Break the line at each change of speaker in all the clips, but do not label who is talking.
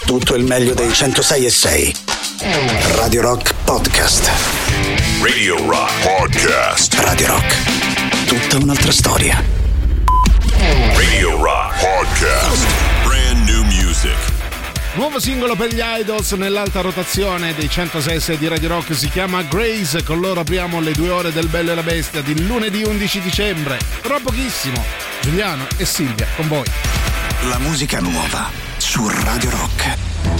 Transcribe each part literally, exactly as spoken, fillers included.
tutto il meglio dei centosei e sei. Radio Rock Podcast.
Radio Rock Podcast.
Radio Rock. Tutta un'altra storia.
Radio Rock Podcast. Brand new music.
Nuovo singolo per gli Idols nell'alta rotazione dei centosei e sei di Radio Rock, si chiama Grace. Con loro apriamo le due ore del Bello e la Bestia di lunedì undici dicembre. Tra pochissimo Giuliano e Silvia con voi.
La musica nuova su Radio Rock.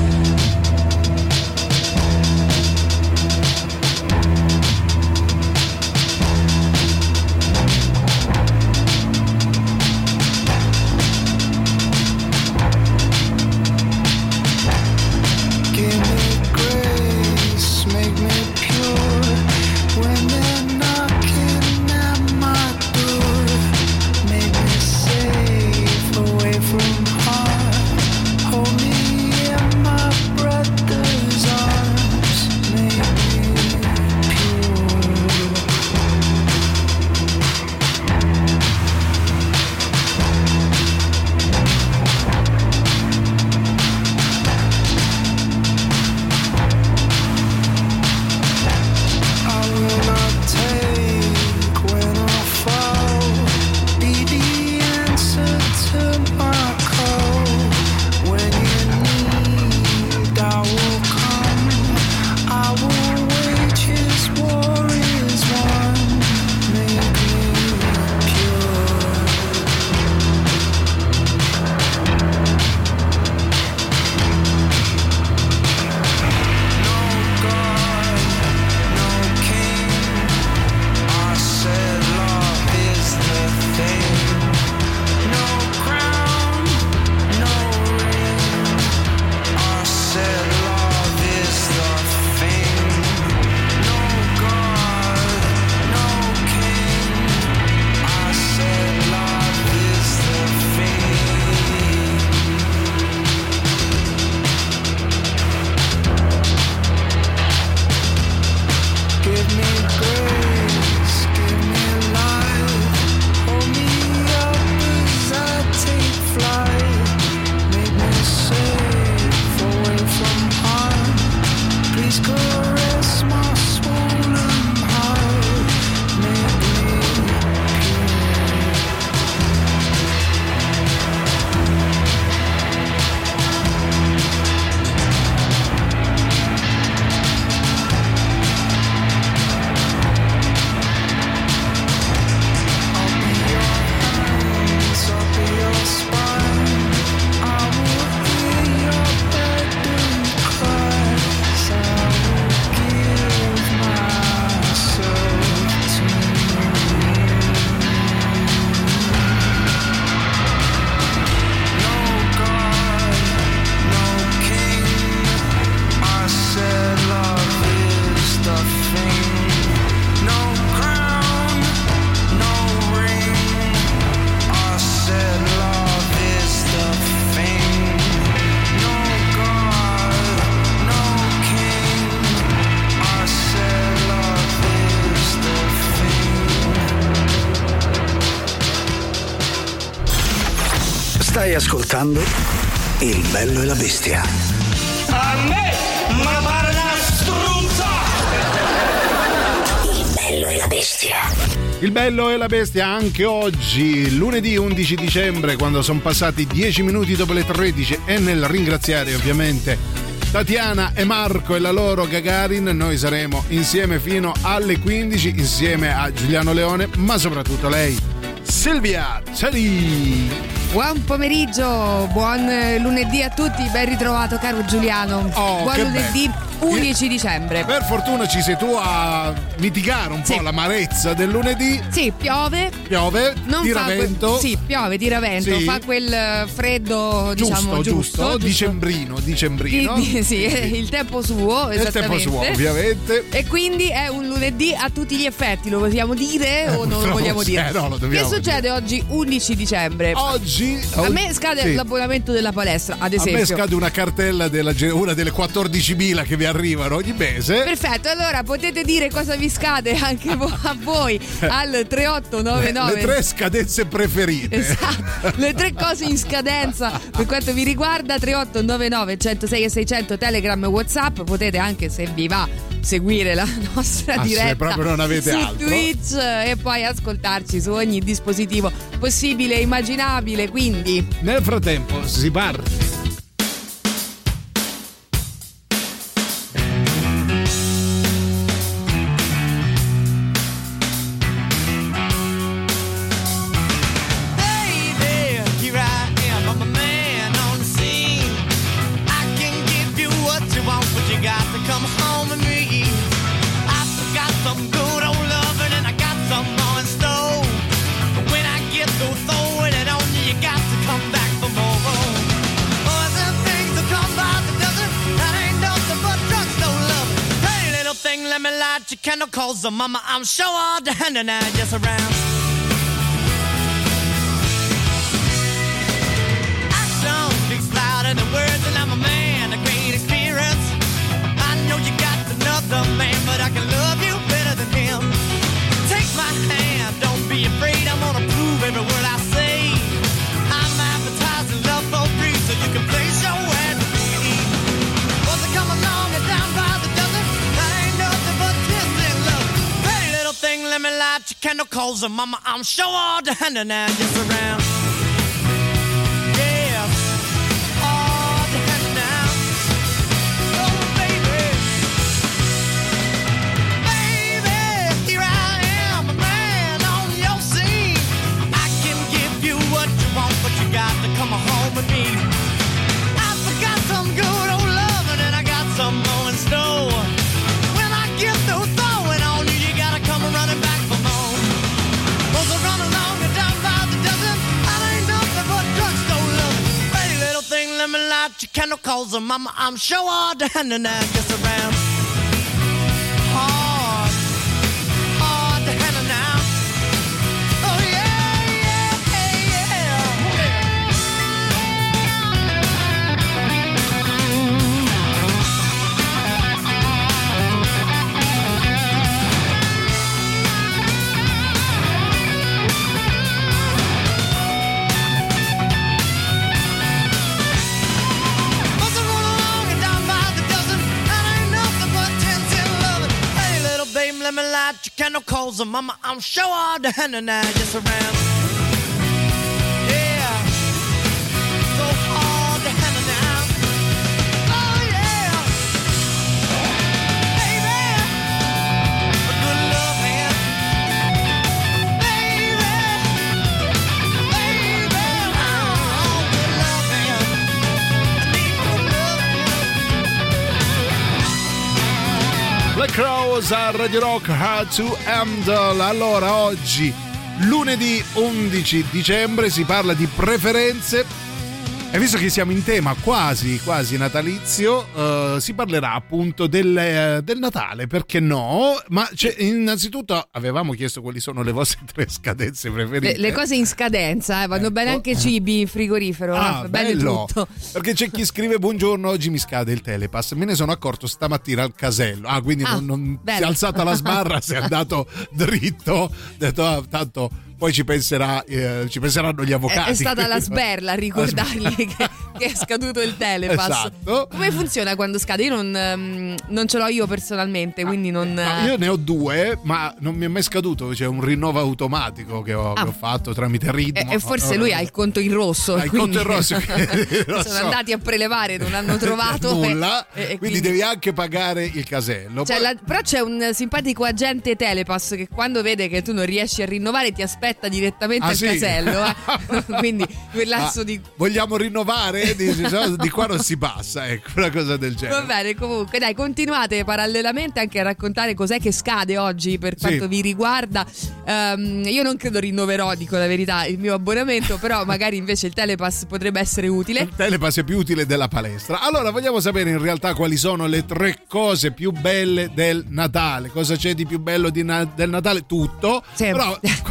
Stai ascoltando Il Bello e la Bestia.
A me, ma pare una struzza!
Il Bello e la Bestia.
Il Bello e la Bestia anche oggi, lunedì undici dicembre, quando sono passati dieci minuti dopo le tredici, e nel ringraziare ovviamente Tatiana e Marco e la loro Gagarin, noi saremo insieme fino alle quindici insieme a Giuliano Leone, ma soprattutto lei, Silvia Celi.
Buon pomeriggio, buon lunedì a tutti, ben ritrovato caro Giuliano.
Oh,
buon lunedì
bello.
undici dicembre.
Per fortuna ci sei tu a mitigare un
sì.
po' l'amarezza del lunedì.
Sì, piove.
Piove,
non
tira
fa
vento.
Que- sì, piove, tira vento,
sì.
fa quel freddo,
giusto,
diciamo, giusto,
giusto,
giusto.
dicembrino, dicembrino.
Di, di, sì, il tempo suo,
il tempo suo, ovviamente.
E quindi è un lunedì a tutti gli effetti, lo possiamo dire
eh,
o non lo vogliamo
sì,
dire?
Eh, no, lo dobbiamo
che succede
dire.
oggi undici dicembre?
Oggi
a me scade
sì.
l'abbonamento della palestra, ad esempio.
A me scade una cartella della, una delle quattordicimila che vi vi arrivano ogni mese.
Perfetto, allora potete dire cosa vi scade anche vo- a voi al tre otto nove nove.
Le tre scadenze preferite.
Esatto, le tre cose in scadenza per quanto vi riguarda. Tre otto nove nove uno zero sei e seicento Telegram e WhatsApp. Potete anche, se vi va, seguire la nostra
ah,
diretta
se proprio non avete
su
altro.
Twitch e poi ascoltarci su ogni dispositivo possibile e immaginabile. Quindi
nel frattempo si parla.
Chemicals, so mama, I'm sure all the hand and I just around. Action speaks louder than words, and I'm a man, a great experience. I know you got another man, but I can love you better than him. Take my hand, don't be afraid, I'm gonna prove every word I say. I'm advertising love for free, so you can place your ad with me. Once I come along and down by the dozen, that ain't nothing but thing, let me light your candle coals, and mama, I'm sure all the hand and I just around. Yeah, all the hand now. Oh, baby, baby, here I am, a man on your scene. I can give you what you want, but you got to come home with me. I forgot some good old loving, and I got some more in store. When I get through throwing on you, you gotta come running back for more. Cause I run along and down by the dozen, I ain't nothing but drugstore loving. Pretty little thing, let me light your candle, cause uh, mama, I'm sure all the hand and I just around. Hard, hard the hand and now. Oh yeah, yeah, yeah, let me light your candle, cause uh, mama, I'm sure all the hand and I just around. Yeah, so hard the hand and now. Oh yeah, baby, a good love man. Baby, baby, oh, good love man. I need good love man.
Black Crowes a Radio Rock, Hard to Handle. Allora, oggi, lunedì undici dicembre, si parla di preferenze. E visto che siamo in tema quasi, quasi natalizio, uh, si parlerà appunto del, del Natale, perché no? Ma innanzitutto avevamo chiesto quali sono le vostre tre scadenze preferite.
Le, le cose in scadenza, eh, vanno ecco. bene anche cibi, frigorifero,
ah,
va bene
bello.
tutto.
Perché c'è chi scrive: buongiorno, oggi mi scade il Telepass. Me ne sono accorto stamattina al casello. Ah, quindi ah, non, non si è alzata la sbarra, si è andato dritto. Ho detto, ah, tanto poi ci penserà, eh, ci penseranno gli avvocati.
È, è stata la sberla a ricordargli che, che è scaduto il Telepass.
Esatto.
Come funziona quando scade? Io non, um, non ce l'ho io personalmente, quindi non.
No, io ne ho due, ma non mi è mai scaduto. C'è un rinnovo automatico che ho, ah. che ho fatto tramite Ritmo.
E, e forse lui ha il conto in rosso.
Ha il conto in rosso.
Sono
so.
andati a prelevare, non hanno trovato
nulla.
E, e
quindi,
quindi
devi anche pagare il casello.
Cioè,
Poi...
la, però c'è un simpatico agente Telepass che quando vede che tu non riesci a rinnovare ti aspetta direttamente
ah,
al
sì?
casello. Eh? Quindi quel lasso ah, di.
Vogliamo rinnovare? Dici, no, di qua non si passa, ecco, una cosa del genere.
Va bene, comunque, dai, continuate parallelamente anche a raccontare cos'è che scade oggi per quanto sì. vi riguarda. Um, io non credo rinnoverò, dico la verità, il mio abbonamento, però magari invece il Telepass potrebbe essere utile.
Il Telepass è più utile della palestra. Allora, vogliamo sapere in realtà quali sono le tre cose più belle del Natale. Cosa c'è di più bello di na- del Natale? Tutto.
Sì.
Però qualcosa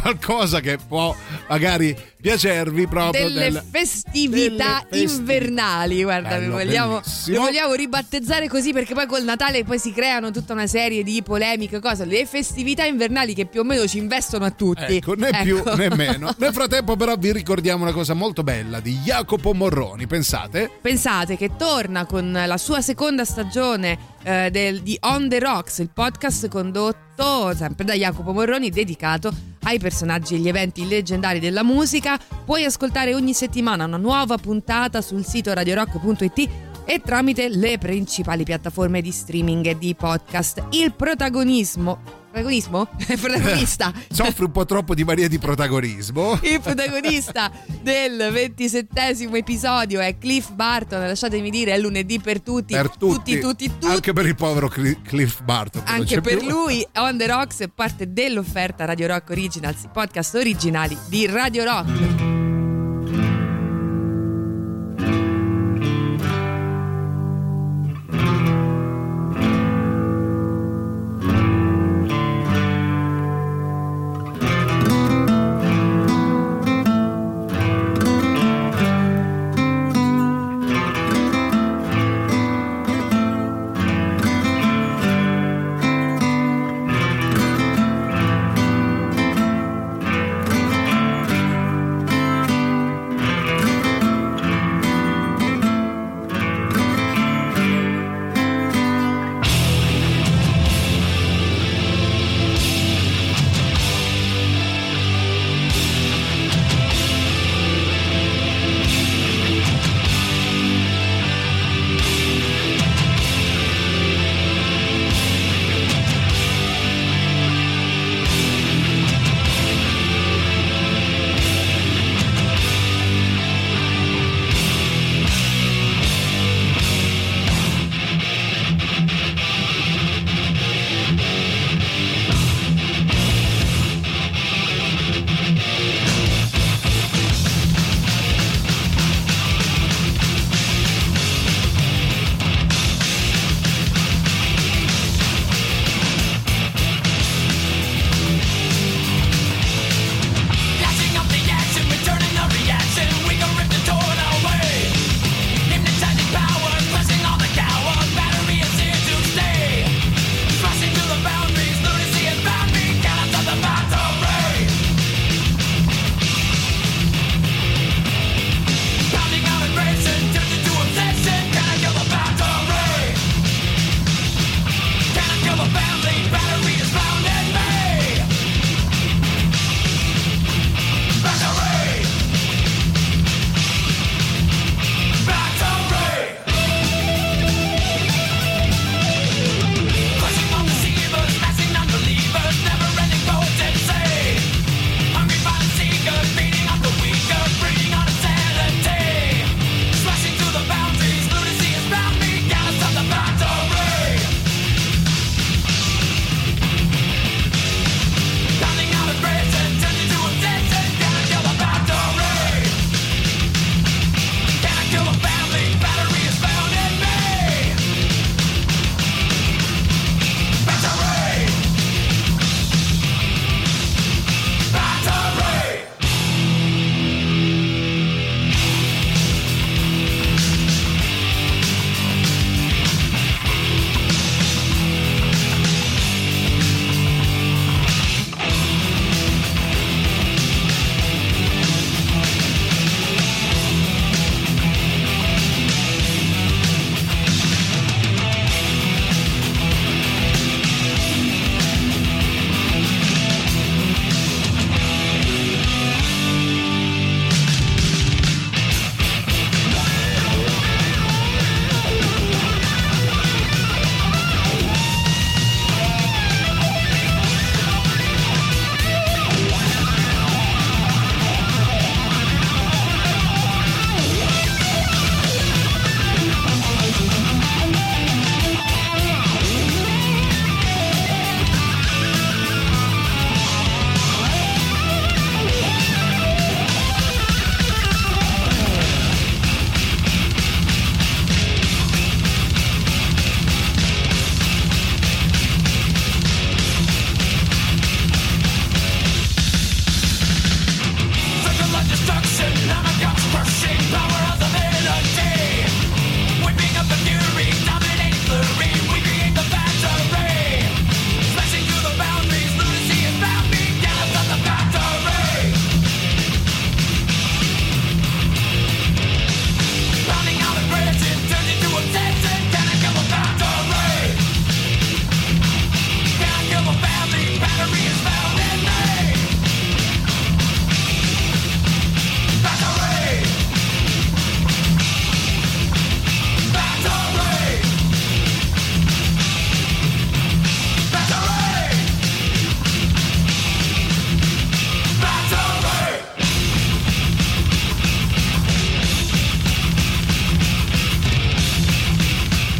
cosa che può magari piacervi proprio
delle
del,
festività
delle festi-
invernali. Guarda,
Bello,
vi vogliamo,
bellissimo.
lo vogliamo ribattezzare così, perché poi col Natale poi si creano tutta una serie di polemiche, cose, le festività invernali che più o meno ci investono a tutti.
Ecco, né
Ecco.
più né meno. Nel frattempo però vi ricordiamo una cosa molto bella di Jacopo Morroni, pensate?
Pensate che torna con la sua seconda stagione eh, del, di On The Rocks, il podcast condotto sempre da Jacopo Morroni, dedicato ai personaggi e agli eventi leggendari della musica. Puoi ascoltare ogni settimana una nuova puntata sul sito radio rock punto it e tramite le principali piattaforme di streaming e di podcast. Il protagonismo Protagonismo? Protagonista
Soffri un po' troppo di mania di protagonismo.
Il protagonista del ventisettesimo episodio è Cliff Barton. Lasciatemi dire, è lunedì per tutti.
Per tutti,
tutti, tutti, tutti.
Anche per il povero Cli- Cliff Barton. che non
Anche
c'è
per
più.
lui On The Rocks è parte dell'offerta Radio Rock Originals, i podcast originali di Radio Rock.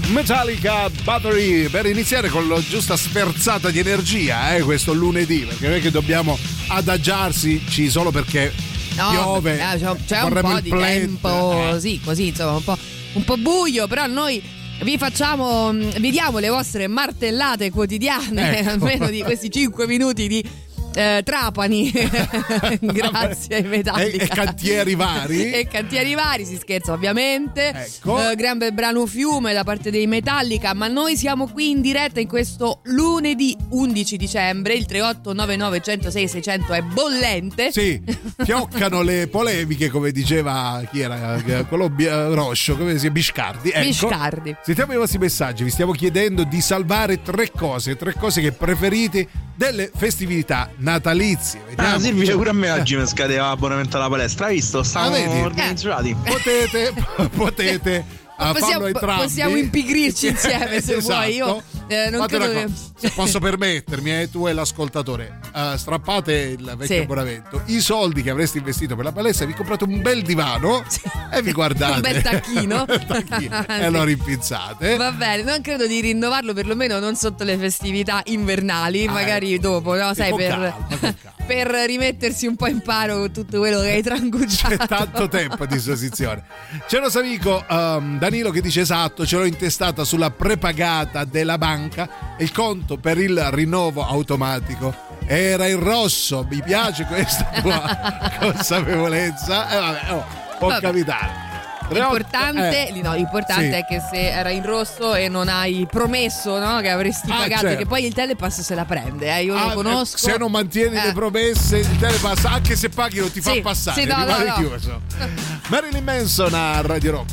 Metallica Battery, per iniziare con la giusta sferzata di energia, eh, questo lunedì, perché non è che dobbiamo adagiarsi solo perché
no,
piove,
eh, c'è, c'è un po' di
plant,
tempo,
eh.
sì, così insomma, un po', un po' buio, però noi vi facciamo, vi diamo le vostre martellate quotidiane,
ecco.
almeno di questi cinque minuti di Eh, Trapani grazie ai Metallica
e, e cantieri vari
e cantieri vari, si scherza ovviamente,
ecco.
eh, gran bel brano Fiume da parte dei Metallica, ma noi siamo qui in diretta in questo lunedì undici dicembre, il tre otto nove nove uno zero sei sei zero zero è bollente,
sì, fioccano le polemiche, come diceva chi era quello Roscio, come si chiama, Biscardi, ecco.
Biscardi.
Sentiamo i vostri messaggi, vi stiamo chiedendo di salvare tre cose tre cose che preferite delle festività natalizie. Vediamo.
Ah, sì, invece pure a me oggi mi scadeva l'abbonamento alla palestra, hai visto? Stavamo
ah,
organizzati.
Potete, potete a
possiamo,
farlo entrambi.
Possiamo impigrirci insieme se
esatto.
vuoi. Io eh, non
Fate
credo
una
che...
cosa, se posso permettermi, eh, tu e l'ascoltatore, uh, strappate il vecchio
sì.
abbonamento, i soldi che avreste investito per la palestra, vi comprate un bel divano sì. e vi guardate
un bel tacchino,
tacchino e lo rimpinzate.
Va bene, non credo di rinnovarlo, perlomeno non sotto le festività invernali, ah, magari eh. dopo, no? Sai, per,
calma,
per rimettersi un po' in paro con tutto quello che hai trangugiato.
C'è tanto tempo a disposizione. C'è il nostro amico um, Danilo che dice esatto, ce l'ho intestata sulla prepagata della banca, il conto per il rinnovo automatico era in rosso. Mi piace questa tua consapevolezza. E eh, vabbè, oh, può vabbè. capitare.
L'importante,
eh,
no, l'importante
sì.
è che se era in rosso e non hai promesso, no, che avresti
ah,
pagato,
certo.
che poi il Telepass se la prende, eh, io
ah,
lo conosco.
Se non mantieni
eh.
le promesse, il Telepass, anche se paghi, non ti
sì,
fa passare,
sì, no,
rimane
no, no.
chiuso. Marilyn Manson a Radio Rock.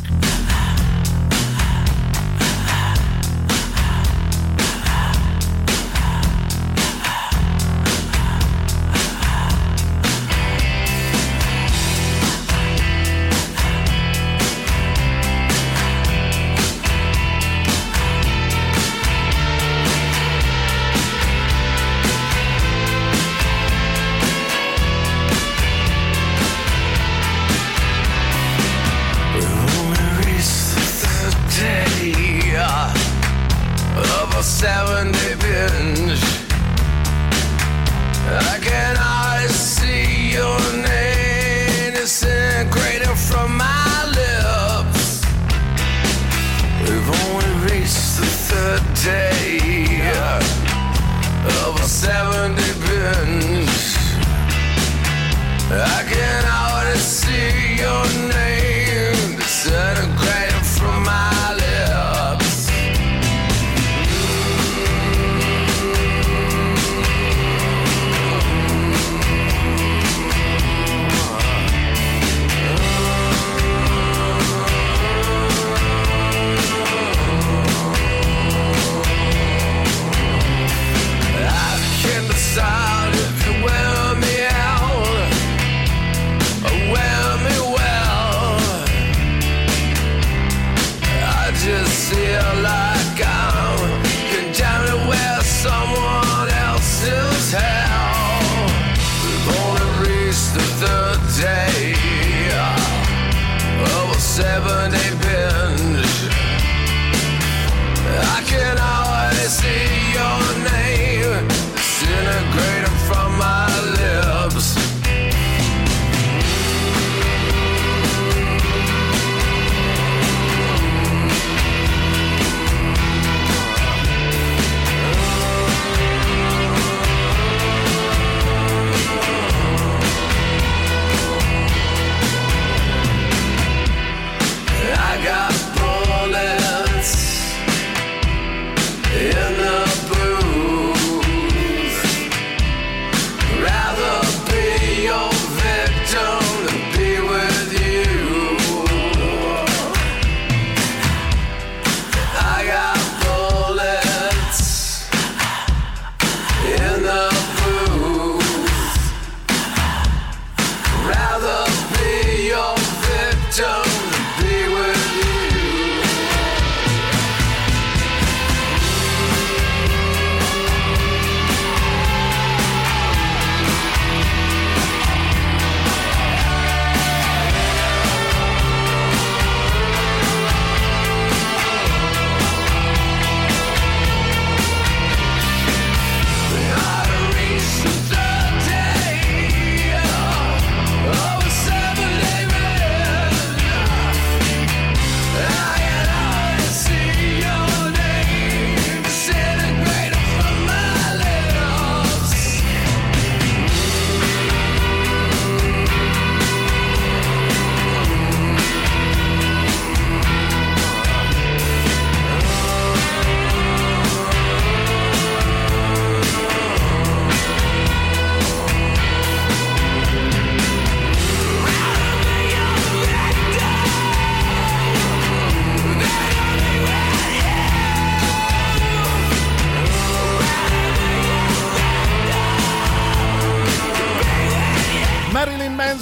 seven-day binge. I can always see your name disintegrating from my lips. We've only reached the third day of a seven-day binge. I can already see your name disintegrating from my lips. Sound if you wear me out.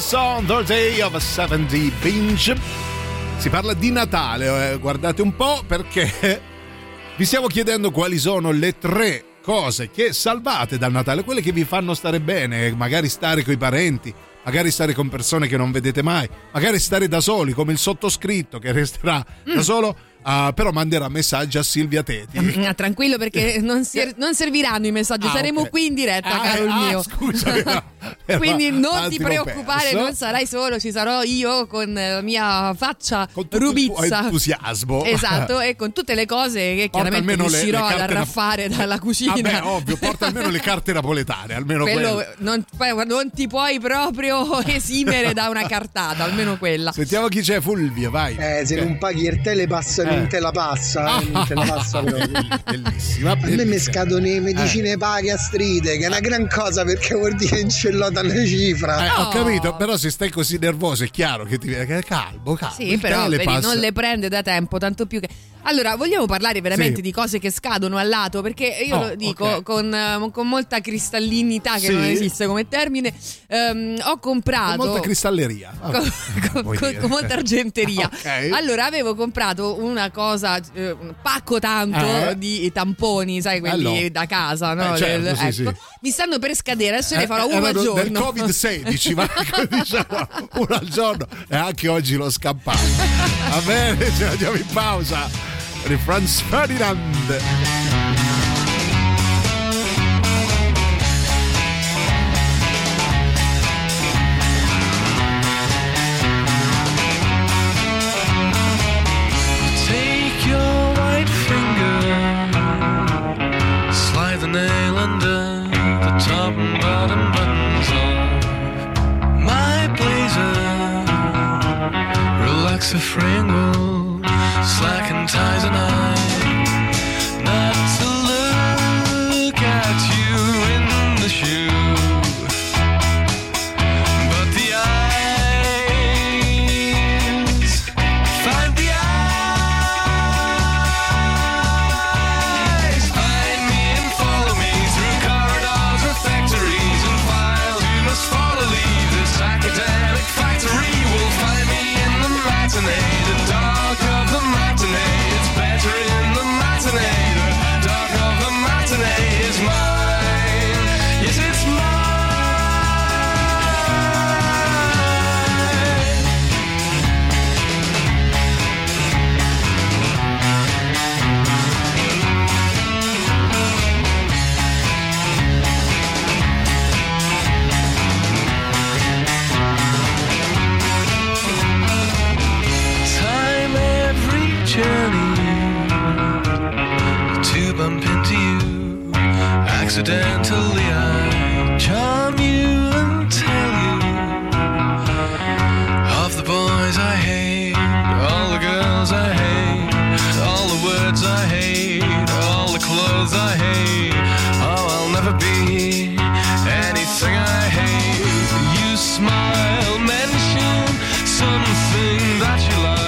on the day of seventy binge. Si parla di Natale, eh, guardate un po', perché vi stiamo chiedendo quali sono le tre cose che salvate dal Natale, quelle che vi fanno stare bene, magari stare coi parenti, magari stare con persone che non vedete mai, magari stare da soli come il sottoscritto che resterà mm. da solo. Uh, però manderà messaggi a Silvia Teti.
Ah, tranquillo, perché non, ser- non serviranno i messaggi, ah, saremo okay. qui in diretta, ah, caro il ah, mio.
Scusa, era, era
quindi non ti preoccupare, perso. Non sarai solo, ci sarò io con la mia faccia
con tutto
rubizza,
il tuo entusiasmo.
Esatto, e con tutte le cose che porta chiaramente riuscirò le, le ad arraffare da... dalla cucina.
Vabbè, ovvio, porta almeno le carte napoletane, almeno quello. quello.
Non, non ti puoi proprio esimere da una cartata, almeno quella.
Sentiamo chi c'è, Fulvio, vai.
Eh, se okay. non paghi il telepass non te la passa, ah, non te la passa proprio.
Bellissima, bellissima.
A me mi scadono le medicine eh. paghe a stride, che è una gran cosa perché vuol dire che non ce l'ho dalle cifra.
Eh, oh. Ho capito, però se stai così nervoso è chiaro che ti viene calmo, calmo.
Sì, però vedi, non le prende da tempo, tanto più che... Allora, vogliamo parlare veramente sì. di cose che scadono al lato, perché io oh, lo dico okay. con, uh, con molta cristallinità, che sì. non esiste come termine. Um, ho comprato
con molta cristalleria,
con, con, con, con molta argenteria. Okay. Allora, avevo comprato una cosa, uh, un pacco tanto eh. di tamponi, sai, quelli allora. da casa, no?
Eh, certo,
Del,
sì,
ecco.
sì.
Mi stanno per scadere, adesso eh, ne farò uno al giorno.
Del covid sedici, ma diciamo uno al giorno, e anche oggi l'ho scappato. Va bene, ce la diamo in pausa. Di Franz Ferdinand.
Take your white finger, slide the nail under the top and bottom buttons of my blazer. Relax the Fringle, slacking ties and I not to look at you in the shoe, but the eyes find the eyes find me and follow me through corridors or factories and files. You must follow, leave this academic factory. Will find me in the matinee, the dark of the matinee. It's better in the matinee. The dark of the matinee is mine. Yes, it's mine. Time every journey to bump into you. Accidentally I charm you and tell you of the boys I hate, all the girls I hate, all the words I hate, all the clothes I hate. Oh, I'll never be anything I hate. You smile, mention something that you like.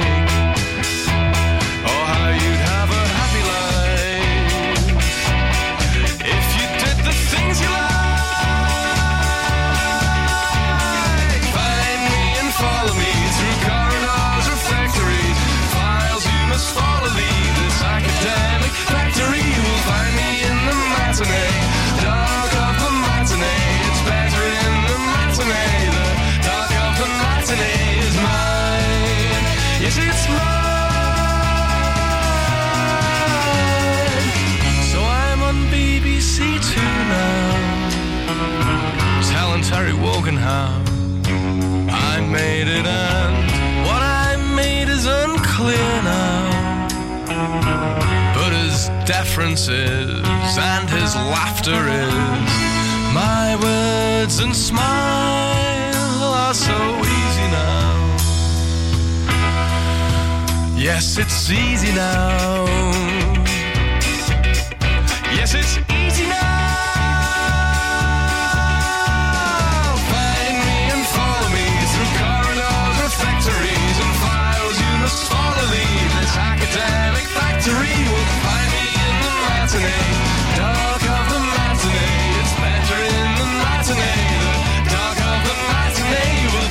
Oh, how you'd have a happy life if you did the things you like. Find me and follow me through corridors or factories. Files you must follow, leave this academic factory. You will find me in the matinee, dark of the matinee. It's better in the matinee. The dark of the matinee is mine. Yes, it's mine. So I'm on B B C Two now, telling Terry Wogan how I made it, and what I made is unclear now. But his deference is, and his laughter is, my words and smile are so easy now. Yes, it's easy now. Yes, it's easy now. Find me and follow me through corridors or factories and files. You must follow, leave this academic factory. Will find me in the matinee, dark of the matinee. It's better in the matinee, the dark of the matinee. You will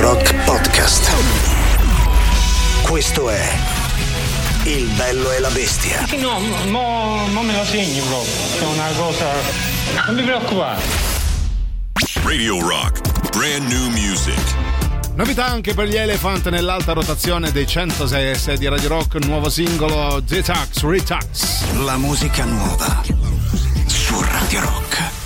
Radio Rock Podcast. Questo è Il bello e la bestia.
No, mo, mo me lo segni proprio. È una cosa. Non mi preoccupare.
Radio Rock, brand new music.
Novità anche per gli Elephant nell'alta rotazione dei centosei e sei di Radio Rock, nuovo singolo Detox Retox.
La musica nuova su Radio Rock.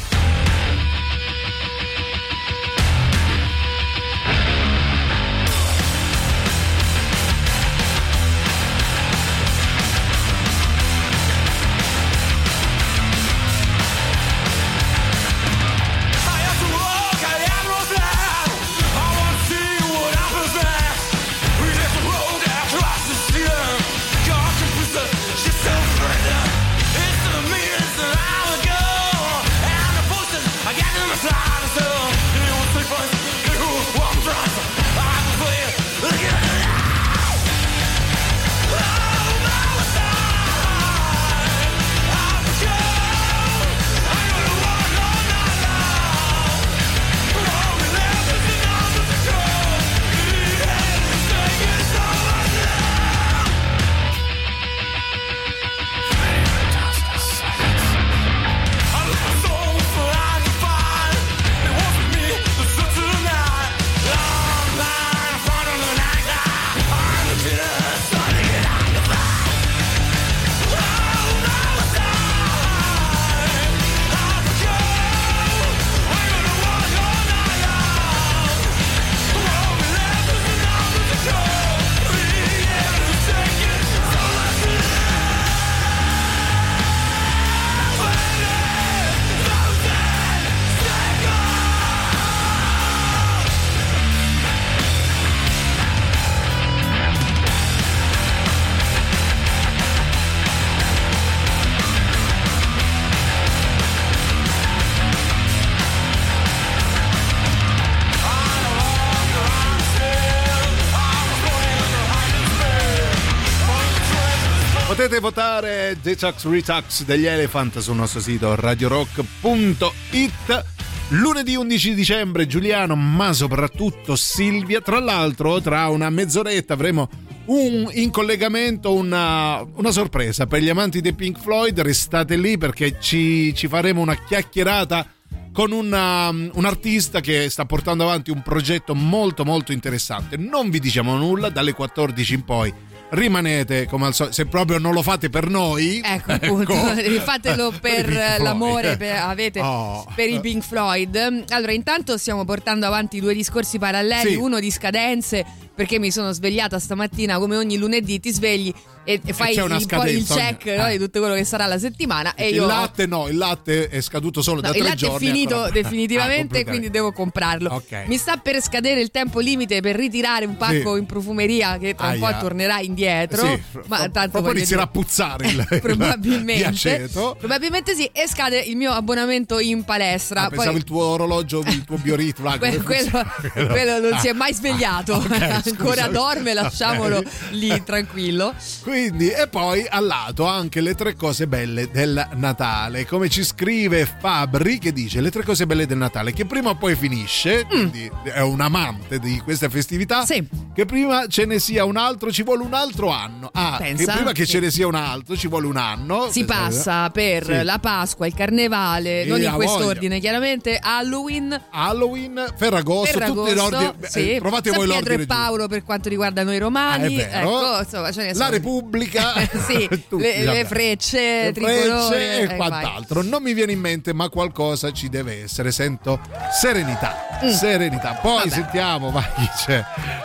Potete votare Detox Retox degli Elephant sul nostro sito radio rock punto it. Lunedì undici dicembre Giuliano, ma soprattutto Silvia. Tra l'altro, tra una mezz'oretta avremo un, in collegamento una, una sorpresa per gli amanti dei Pink Floyd. Restate lì perché ci, ci faremo una chiacchierata con una, un artista che sta portando avanti un progetto molto molto interessante. Non vi diciamo nulla, dalle quattordici in poi rimanete come al solito, se proprio non lo fate per noi,
ecco appunto, ecco, fatelo per l'amore che avete oh. per i Pink Floyd. Allora, intanto stiamo portando avanti due discorsi paralleli, sì. Uno di scadenze, perché mi sono svegliata stamattina come ogni lunedì, ti svegli e, e fai e il, il check eh. no, di tutto quello che sarà la settimana. E
il
io
latte no, il latte è scaduto solo
no,
da tre giorni.
Il latte è finito
però...
definitivamente,
ah,
quindi devo comprarlo.
Okay.
Mi sta per scadere il tempo limite per ritirare un pacco sì. in profumeria che tra un po' tornerà indietro.
Sì,
ma tanto
poi inizierà a puzzare il,
probabilmente,
il aceto.
Probabilmente sì, e scade il mio abbonamento in palestra.
Ah, pensavo
poi...
il tuo orologio, il tuo bioritmo. Ah,
quello, quello, quello non ah. si è mai svegliato.
Okay,
ancora dorme, lasciamolo lì tranquillo.
Quindi, e poi al lato anche le tre cose belle del Natale, come ci scrive Fabri, che dice le tre cose belle del Natale, che prima o poi finisce, quindi mm. è un amante di queste festività,
sì.
che prima ce ne sia un altro ci vuole un altro anno. Ah,
Pensa?
che prima che
sì.
ce ne sia un altro ci vuole un anno.
Si passa per sì. la Pasqua, il Carnevale, sì, non in quest'ordine chiaramente, Halloween
Halloween, Ferragosto,
Ferragosto
tutti in ordine.
Sì.
Eh, provate
San
voi
Pietro
l'ordine
e Paolo per quanto riguarda noi romani,
ah, è vero.
ecco, insomma, ce ne sono.
La Repubblica,
sì,
tutti,
le, le frecce,
le
tricolore
frecce e
eh,
quant'altro.
Vai.
Non mi viene in mente, ma qualcosa ci deve essere. Sento serenità,
mm.
serenità. Poi
Vabbè.
sentiamo, vai, chi c'è?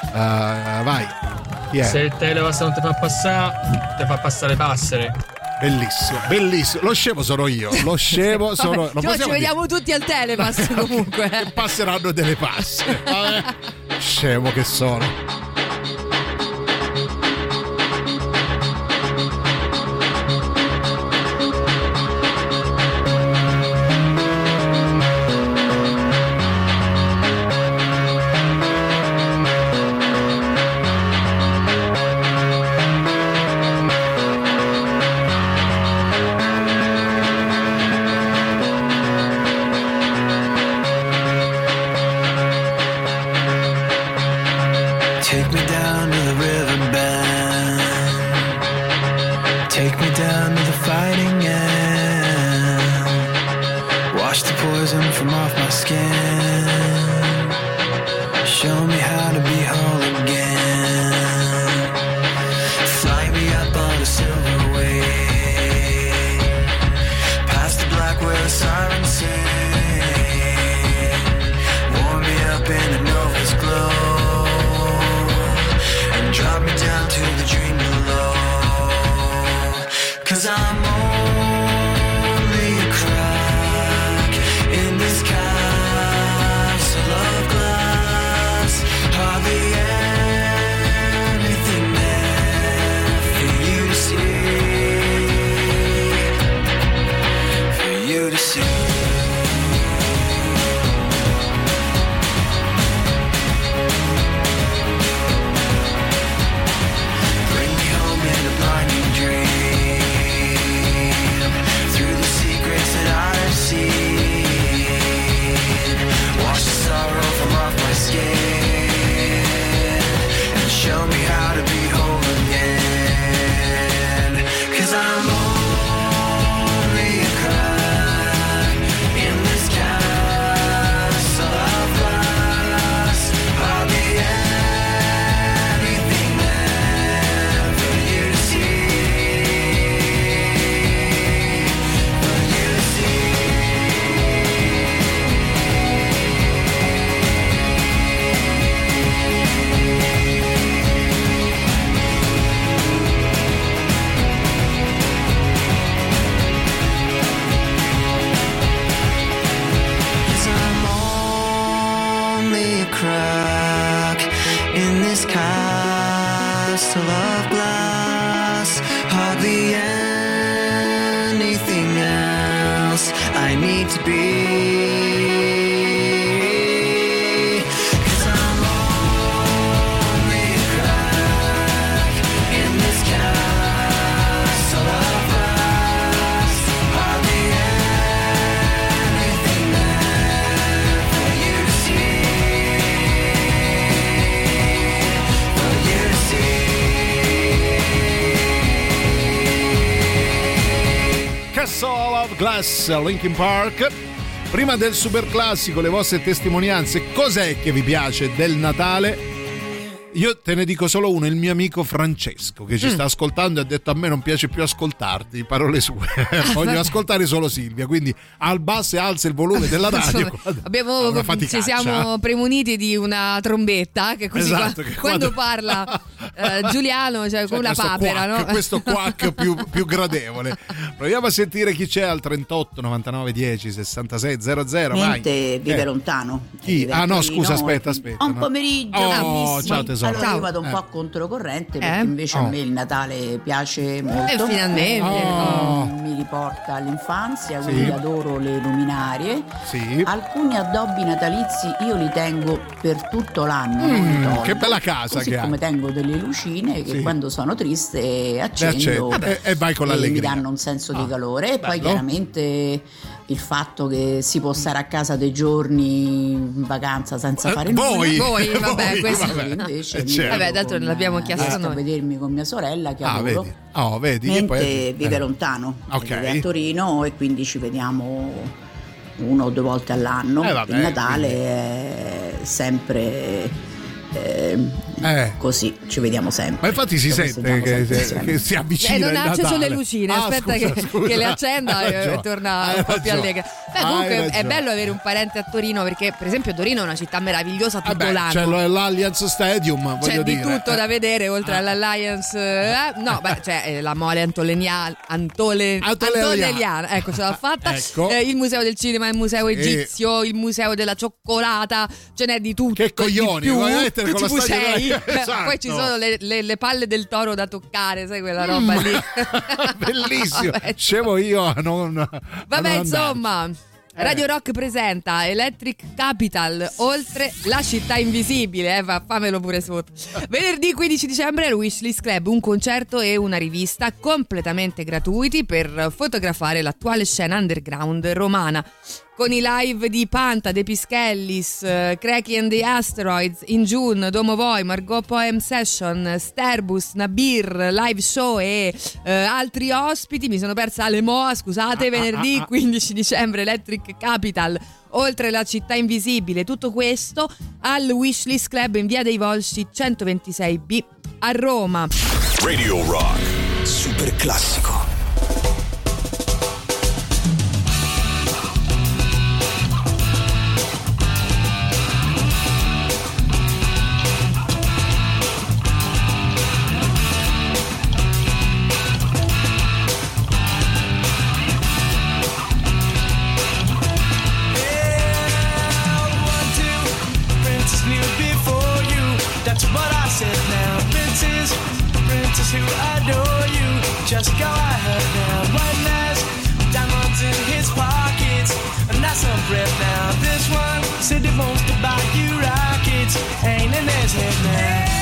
Uh, vai. Chi è?
Se il telepass non ti fa passare, ti fa passare passere.
Bellissimo, bellissimo. Lo scemo sono io. Lo scemo sono io.
Vabbè, ci vediamo dire. Tutti al telepass comunque.
Che passeranno delle passe. Vabbè. Scemo che sono.
skin. Show me how to be whole again. Fly me up on a silver wave, past the black where the sirens sing. Warm me up in the nova's glow, and drop me down to the dream below. 'Cause I'm only a crack in this castle of glass. Hardly anything there for you to see, for you to see. Bring me home in a blinding dream, through the secrets that I've seen. Wash the sorrow from off my skin, and show me how to be whole again. 'Cause I'm only a crack in this castle of glass. Hardly anything there for you to see, for you to Cause I'm only a crack in this castle of glass. Hardly anything else I need to be. 'Cause I'm only a crack in this castle of glass. Hardly anything there for you to see, for you to see.
Castle of Glass, Linkin Park. Prima del super classico, le vostre testimonianze. Cos'è che vi piace del Natale? Io te ne dico solo uno, il mio amico Francesco che ci
Mm.
sta ascoltando e ha detto: a me non piace più ascoltarti, parole sue. Voglio ascoltare solo Silvia, quindi al basso e alza il volume della radio.
Insomma, abbiamo,
una
ci
faticaccia.
siamo premuniti di una trombetta che così
Esatto,
qua-
che
quando,
quando-
parla eh, Giuliano, cioè, come una
questo
papera,
quack,
no?
questo quack più, più gradevole. Proviamo a sentire chi c'è al trentotto novantanove dieci sessantasei zero zero.
Niente, vive
Eh.
lontano.
Chi?
Vive
Ah
a
no,
Torino,
scusa, aspetta,
e-
aspetta.
Un
no.
pomeriggio.
Oh,
bravissimo.
ciao tesoro.
Allora
Ciao.
io vado un
Eh.
po' a controcorrente perché
Eh?
invece
Oh.
a me il Natale piace molto.
E finalmente.
Oh.
Mi riporta all'infanzia,
Sì.
quindi adoro le luminarie.
Sì.
Alcuni addobbi natalizi io li tengo per tutto l'anno, non li
Mm,
tolgo.
che bella casa
Così
che hai.
come tengo delle lucine che
Sì.
quando sono triste
Le
accendo
accendi. E- e vai con
e mi
l'allegria.
danno un senso
Ah,
di calore. E poi
bello.
chiaramente il fatto che si può stare a casa dei giorni in vacanza senza
Eh,
fare
voi.
nulla.
Voi, vabbè,
Voi,
questo
vabbè.
Invece
Eh,
mi
certo.
vedo
Vabbè, d'altro
con-
l'abbiamo chiesto
riesco
noi.
a vedermi con mia sorella che
Ah,
adoro.
vedi. Oh, vedi. che
Mentre
poi-
vive
eh.
lontano,
Ok.
vive a Torino e quindi ci vediamo una o due volte all'anno.
Eh, vabbè,
Il Natale è sempre eh,
Eh.
così, ci vediamo sempre.
Ma infatti si
Ci
sente
festeggiamo
che,
sempre
che,
insieme.
che si avvicina
Eh, non
il
ha acceso
Natale.
le lucine,
Ah,
aspetta
scusa,
che,
scusa.
che le accenda
Hai
e,
ragione.
e torna
Hai
un po' più
ragione.
allegra. Beh,
Hai
comunque è
ragione.
bello avere un parente a Torino perché, per esempio, Torino è una città meravigliosa tutto
Eh beh,
l'anno.
c'è lo- l'Allianz Stadium, voglio
C'è di
dire.
tutto
Eh.
da vedere oltre all'Alliance. eh, no, beh, c'è eh, la mole antoleniana, Antole,
Antonelliana.
Antonelliana, ecco, ce l'ho fatta.
Ecco.
Eh, il museo del cinema, il museo
Sì.
egizio, il museo della cioccolata, ce n'è di tutto.
Che
e
coglioni,
di più,
vuoi mettere
tutti
con la storia
musei.
della- Esatto.
Poi ci sono le, le- le palle del toro da toccare, sai quella roba lì.
Bellissimo.
Vabbè,
Scemo io a non. a
Vabbè,
non
insomma.
Eh.
Radio Rock presenta Electric Capital, oltre la città invisibile, eh, fa- fammelo pure sotto. Venerdì quindici dicembre al Wishlist Club, un concerto e una rivista completamente gratuiti per fotografare l'attuale scena underground romana. con i live di Panta, De Pischellis, uh, Cracky and the Asteroids, In June, Domo Voi, Margot Poem Session, Sterbus, Nabir, live show e uh, altri ospiti. Mi sono persa Ale Moa, scusate, venerdì quindici dicembre Electric Capital, oltre la città invisibile. Tutto questo al Wishlist Club in via dei Volsci centoventisei B a Roma.
Radio Rock,
super classico.
Who adore you, just go ahead now. One has diamonds in his pockets, and that's some breath now. This one said he wants to buy you rockets, ain't in his head now.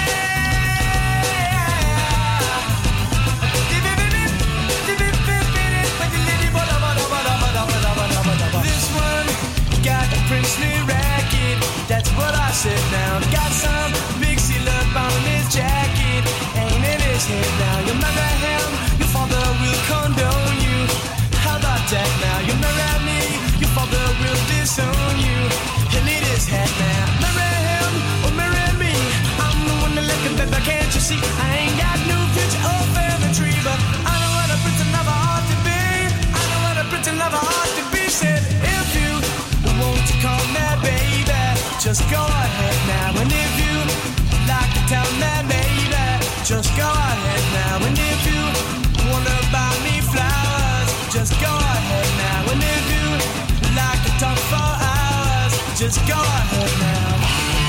This one got a princely racket, that's what I said now. Got some big seal up on his jacket, ain't in his head now. You marry him, your father will condone you. How about that now? You marry me, your father will disown you. He'll eat his head now. Marry him or marry me, I'm the one that let him baby, can't you see? I ain't got no future or family tree, but I know what a prince and lover ought to be. I know what a prince and lover ought to be. Said if you want to call me baby, just go ahead now. And if you like to tell me baby, just go ahead now. And if you wanna buy me flowers, just go ahead now. And if you like to talk for hours, just go ahead now.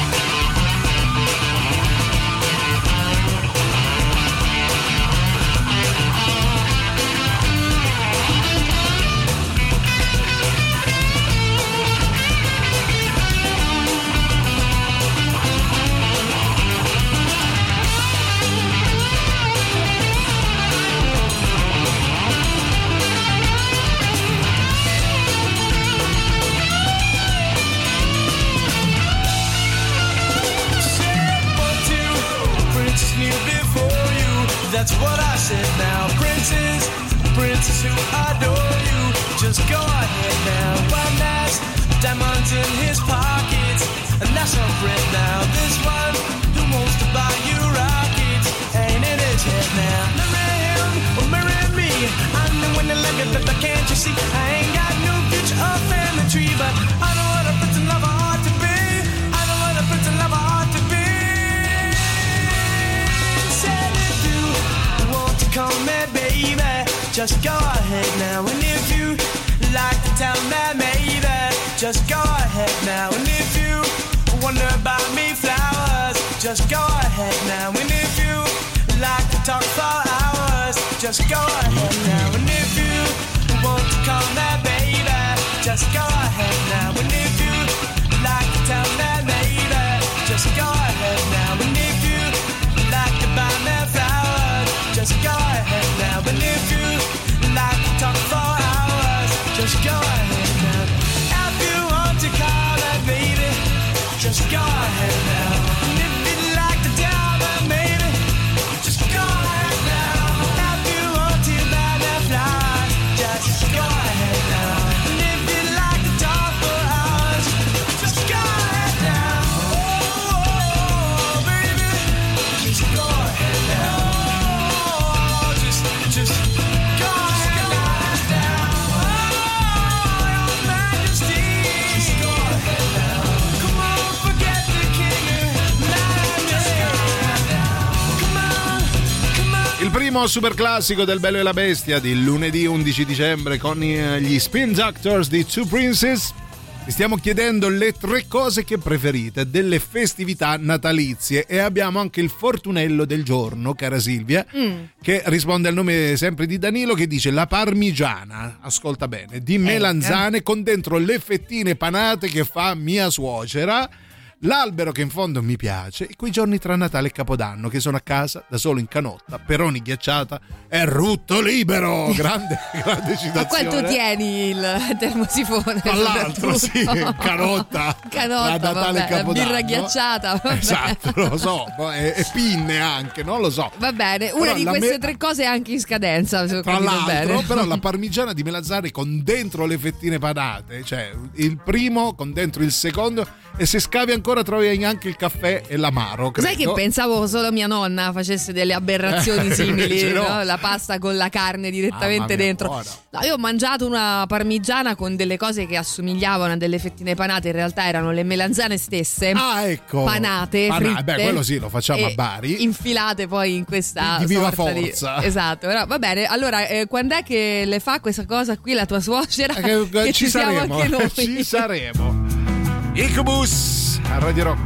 That's what I said now. Princes, princes who adore you, just go ahead now. One has diamonds in his pockets, and that's no bread now. This one who wants to buy you rockets, ain't in his head now. Marry him or marry me, I'm the one that like it, but can't you see? I ain't got no future or family tree, but I know what a prince and lover ought to be. I know what a prince and lover ought to be. Said if you want to call me baby, just go ahead now. And if you like to tell me maybe, just go ahead now. And if you wonder about me flowers, just go ahead now. And if you like to talk for hours, just go ahead now. And if you want to call me baby, just go ahead now. And if you like to tell me maybe, just go ahead now. And if you like to buy me flowers, just go ahead now. And if you like to talk for hours, just go ahead now. If you want to call me baby, just go ahead now. And if you'd like to tell me maybe, just go ahead now. If you want to buy me flowers, just go ahead now. And if you'd like to talk for hours, just go ahead now. Oh, oh, baby, just go ahead now. Oh, just, just go ahead now. Oh, your majesty, just go ahead now. Come on, forget the king of majesty. Come on, come on.
Il primo super classico del Bello e la Bestia di lunedì undici dicembre con gli Spin Doctors di Two Princes. Vi stiamo chiedendo le tre cose che preferite delle festività natalizie e abbiamo anche il fortunello del giorno, cara Silvia, mm. che risponde al nome sempre di Danilo, che dice la parmigiana, ascolta bene, di melanzane eh, eh. con dentro le fettine panate che fa mia suocera. L'albero che in fondo mi piace è quei giorni tra Natale e Capodanno che sono a casa da solo in canotta, peroni ghiacciata e rutto libero. Grande, grande citazione.
A quanto tieni il termosifone?
Tra l'altro, sì, canotta,
canotta,
da Natale
vabbè,
e Capodanno.
birra ghiacciata. Vabbè.
Esatto, lo so, e, e pinne anche, non lo so.
Va bene, una
Però
di
la
queste
me-
tre cose è anche in scadenza. Se ho
Tra
capito
l'altro,
bene.
però, la parmigiana di melanzane con dentro le fettine panate, cioè il primo con dentro il secondo, e se scavi ancora trovi anche il caffè e l'amaro. Credo.
Sai che pensavo solo mia nonna facesse delle aberrazioni simili,
no.
no? La pasta con la carne direttamente
mia,
dentro.
buona.
No, io ho mangiato una parmigiana con delle cose che assomigliavano a delle fettine panate, in realtà erano le melanzane stesse.
Ah, ecco.
Panate,
Pana-
fritte.
Beh, quello sì, lo facciamo a
e
Bari.
Infilate poi in questa
Di viva
sorta
forza.
Di... Esatto, però va bene. Allora, eh, quando è che le fa questa cosa qui la tua suocera?
Eh, che,
che
ci,
ci siamo
saremo,
anche noi.
ci saremo. Incubus a Radio Rock.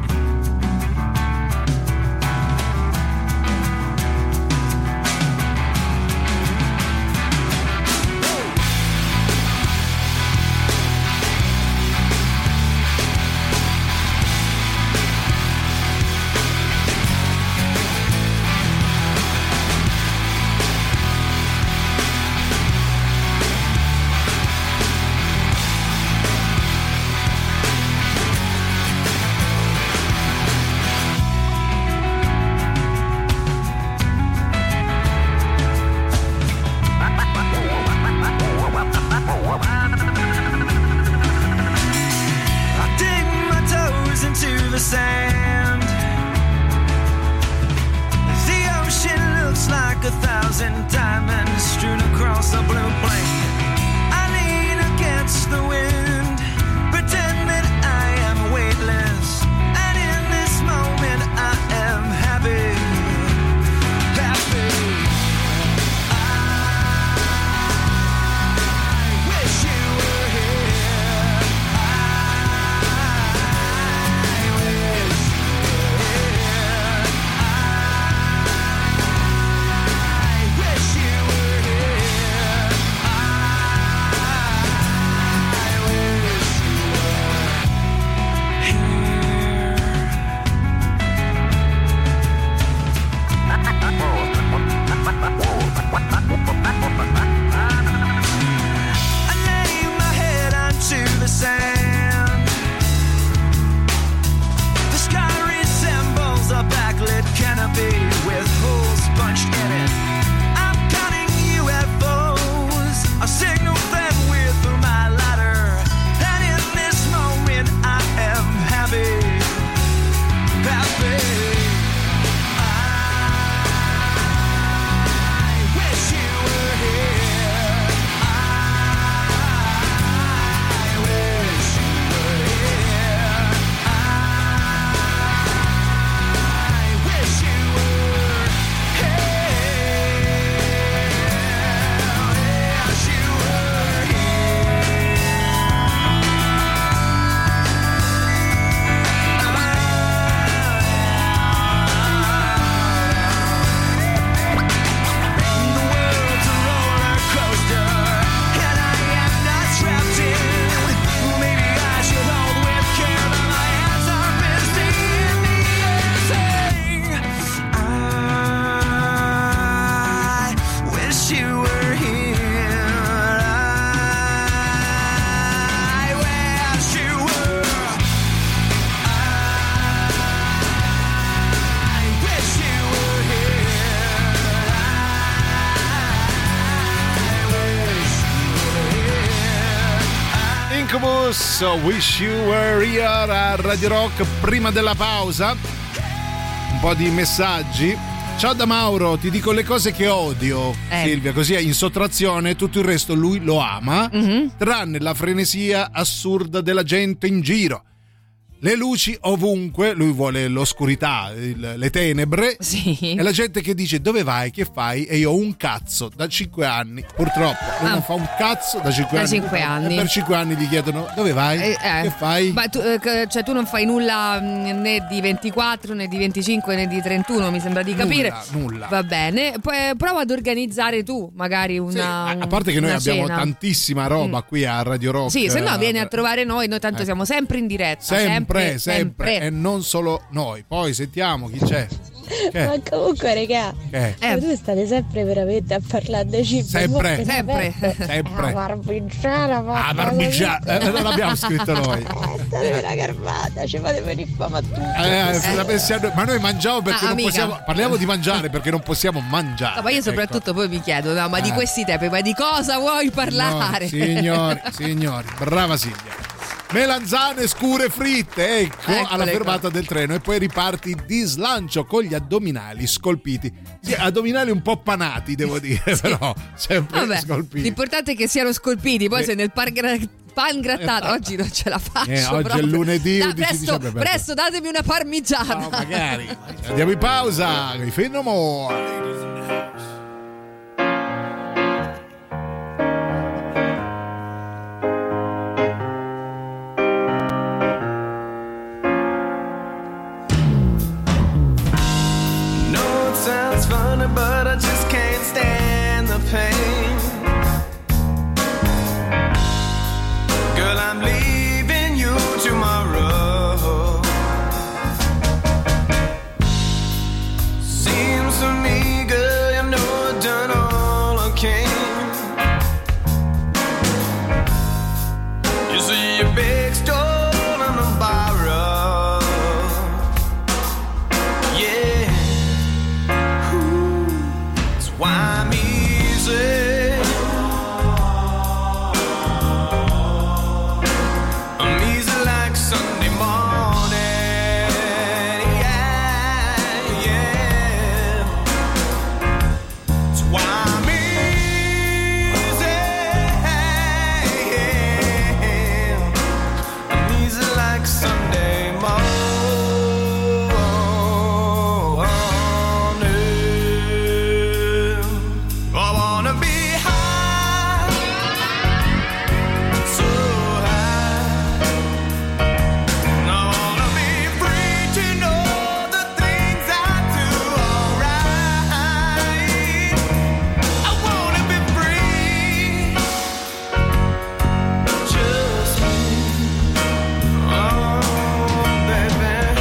Incubus, Wish You Were Here a Radio Rock. Prima della pausa un po' di messaggi. Ciao da Mauro, ti dico le cose che odio, eh. Silvia, così in sottrazione tutto il resto lui lo ama, mm-hmm. tranne la frenesia assurda della gente in giro. Le luci ovunque, lui vuole l'oscurità, il, le tenebre,
sì.
E la gente che dice dove vai, che fai? E io ho un cazzo da cinque anni, purtroppo lui ah. non fa un cazzo da cinque
da
anni,
cinque anni.
E per cinque anni gli chiedono dove vai,
eh, eh.
che fai?
Ma tu, eh, cioè tu non fai nulla né di ventiquattro né di venticinque né di trentuno, mi sembra di capire.
Nulla, nulla.
Va bene, poi prova ad organizzare tu magari una
sì, a parte che noi abbiamo
cena.
tantissima roba mm. qui a Radio Rock.
Sì, se no vieni a trovare noi, noi tanto eh. siamo sempre in diretta, sempre,
sempre, sempre, sempre, e non solo noi. Poi sentiamo chi c'è. Che?
Ma comunque, regà,
che?
Eh. tu state sempre veramente a parlare di cibo.
Sempre,
sempre,
sempre.
La parmigiana,
la parmigiana, eh, non l'abbiamo scritto noi.
Eh, state una garbata, ci fate venire fama a tutti.
Eh, eh. Ma noi mangiamo perché
ah,
non
amica.
possiamo. Parliamo di mangiare perché non possiamo mangiare.
No, ma io soprattutto
ecco.
poi mi chiedo, no, ma
eh.
di questi tempi, ma di cosa vuoi parlare?
No, signori, signori, brava Silvia. Melanzane scure fritte, ecco,
Eccole
alla fermata
qua.
del treno, e poi riparti di slancio con gli addominali scolpiti. Sì, addominali un po' panati, devo dire, sì. Però sempre
Vabbè,
scolpiti.
L'importante è che siano scolpiti, poi
eh.
se nel pan, gra- pan grattato, oggi non ce la faccio.
Eh, oggi
proprio.
è lunedì,
Da,
undici
presto,
dicembre.
presto, datemi una parmigiana.
No, magari. Andiamo in pausa, i Fenomore.
Sounds funny, but I just can't stand the pain. Girl, I'm leaving you tomorrow. Seems to me, girl, you know I've done all I can. You see your big store on the borrow. Yeah. Why I'm easy. I'm easy like Sunday morning. Yeah, yeah. That's why I'm easy. I'm easy like Sunday morning. I wanna be high, so high. I wanna be free to know the things I do alright. I wanna be free, just me, oh baby.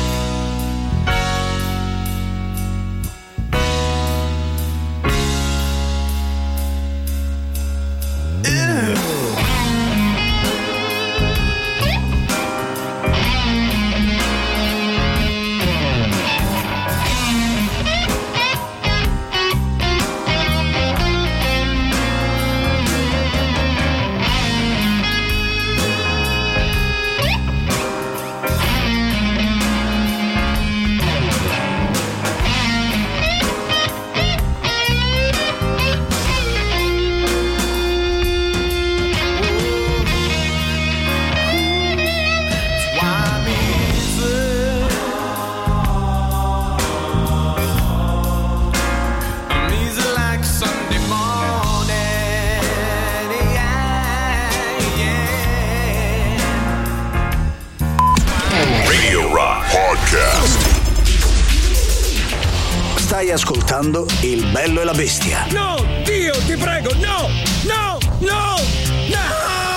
Radio Rock Podcast.
Stai ascoltando Il Bello e la Bestia.
No, Dio, ti prego, no, no, no, no!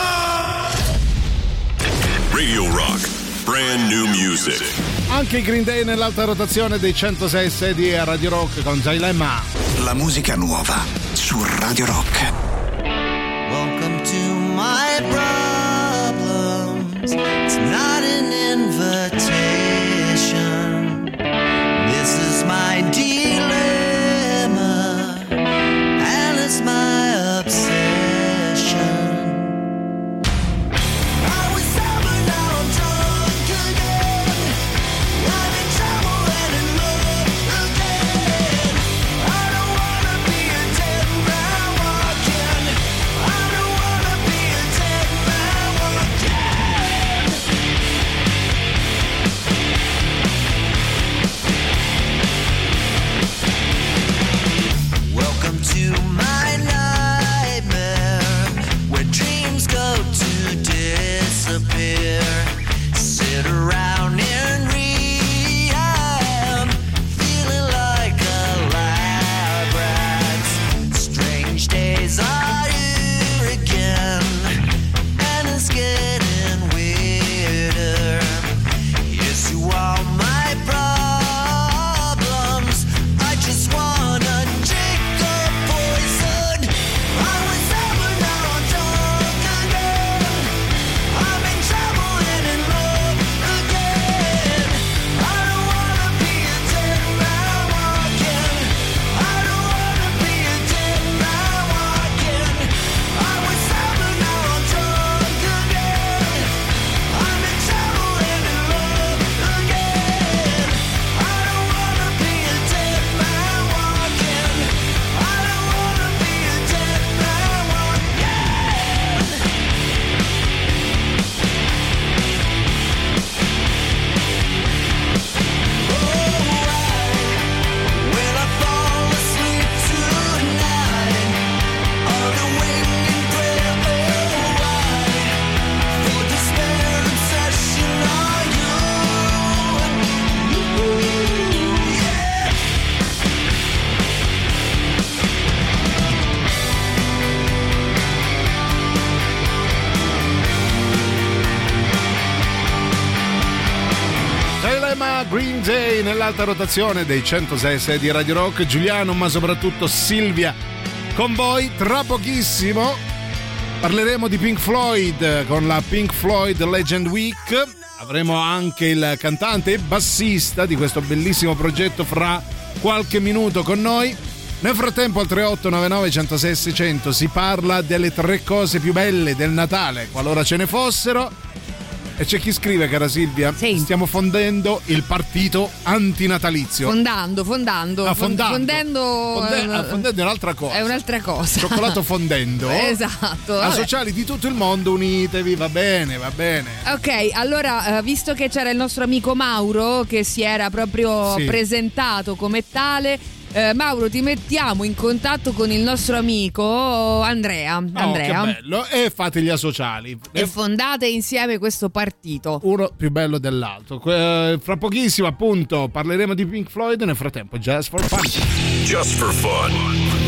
Radio Rock, brand new music.
Anche i Green Day nell'alta rotazione dei centosei e sei di Radio Rock con Dilemma.
La musica nuova su Radio Rock.
Welcome to my problems. It's not an invitation. This is my dilemma, and it's my obsession. I was sober, now I'm drunk again. I'm in trouble and in love again. I don't wanna be a dead man walking. I don't wanna be a dead man walking. Welcome to my nightmare, where dreams go to disappear. Sit around in rehab, feeling like a lab rat. Strange days are here again, and it's getting weirder.
tema Green Day nell'alta rotazione dei centosei e sei di Radio Rock. Giuliano, ma soprattutto Silvia con voi. Tra pochissimo parleremo di Pink Floyd con la Pink Floyd Legend Week. Avremo anche il cantante e bassista di questo bellissimo progetto fra qualche minuto con noi. Nel frattempo al tre otto nove nove uno zero sei sei zero zero si parla delle tre cose più belle del Natale, qualora ce ne fossero. E c'è chi scrive, cara Silvia, sì. Stiamo fondendo il partito antinatalizio.
Fondando, fondando.
Ah, fondando.
Fondendo,
Fonde- ah, fondendo è un'altra cosa.
È un'altra cosa.
Cioccolato fondendo.
Esatto.
A sociali di tutto il mondo, unitevi, va bene, va bene.
Ok, allora, visto che c'era il nostro amico Mauro che si era proprio sì. presentato come tale, Eh, Mauro, ti mettiamo in contatto con il nostro amico Andrea. Andrea.
Oh, che bello. E fate gli asociali.
E fondate insieme questo partito.
Uno più bello dell'altro. Eh, fra pochissimo, appunto, parleremo di Pink Floyd. Nel frattempo, Just for Fun.
Just for Fun.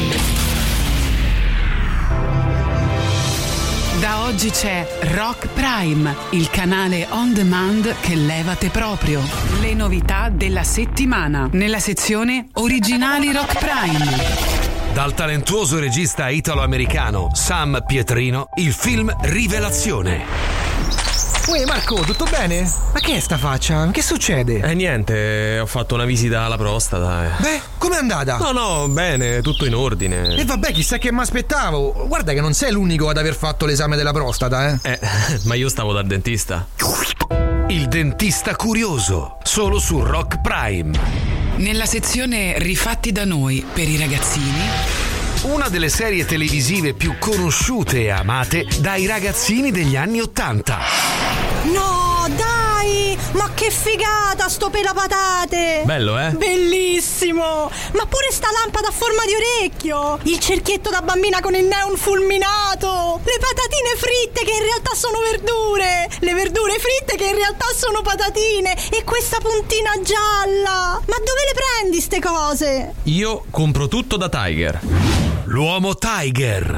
Da oggi c'è Rock Prime, il canale on demand che levate proprio. Le novità della settimana nella sezione Originali Rock Prime.
Dal talentuoso regista italo-americano Sam Pietrino, il film Rivelazione.
Uè Marco, tutto bene? Ma che è sta faccia? Che succede?
Eh niente, ho fatto una visita alla prostata. Eh.
Beh, com'è andata?
No, no, bene, tutto in ordine.
E vabbè, chissà che mi aspettavo. Guarda che non sei l'unico ad aver fatto l'esame della prostata, eh.
Eh, ma io stavo dal dentista.
Il dentista curioso, solo su Rock Prime.
Nella sezione Rifatti da noi per i ragazzini.
Una delle serie televisive più conosciute e amate dai ragazzini degli anni Ottanta.
No, dai! Ma che figata sto pelapatate!
Bello, eh?
Bellissimo! Ma pure sta lampada a forma di orecchio! Il cerchietto da bambina con il neon fulminato! Le patatine fritte che in realtà sono verdure! Le verdure fritte che in realtà sono patatine! E questa puntina gialla! Ma dove le prendi ste cose?
Io compro tutto da Tiger.
L'uomo Tiger.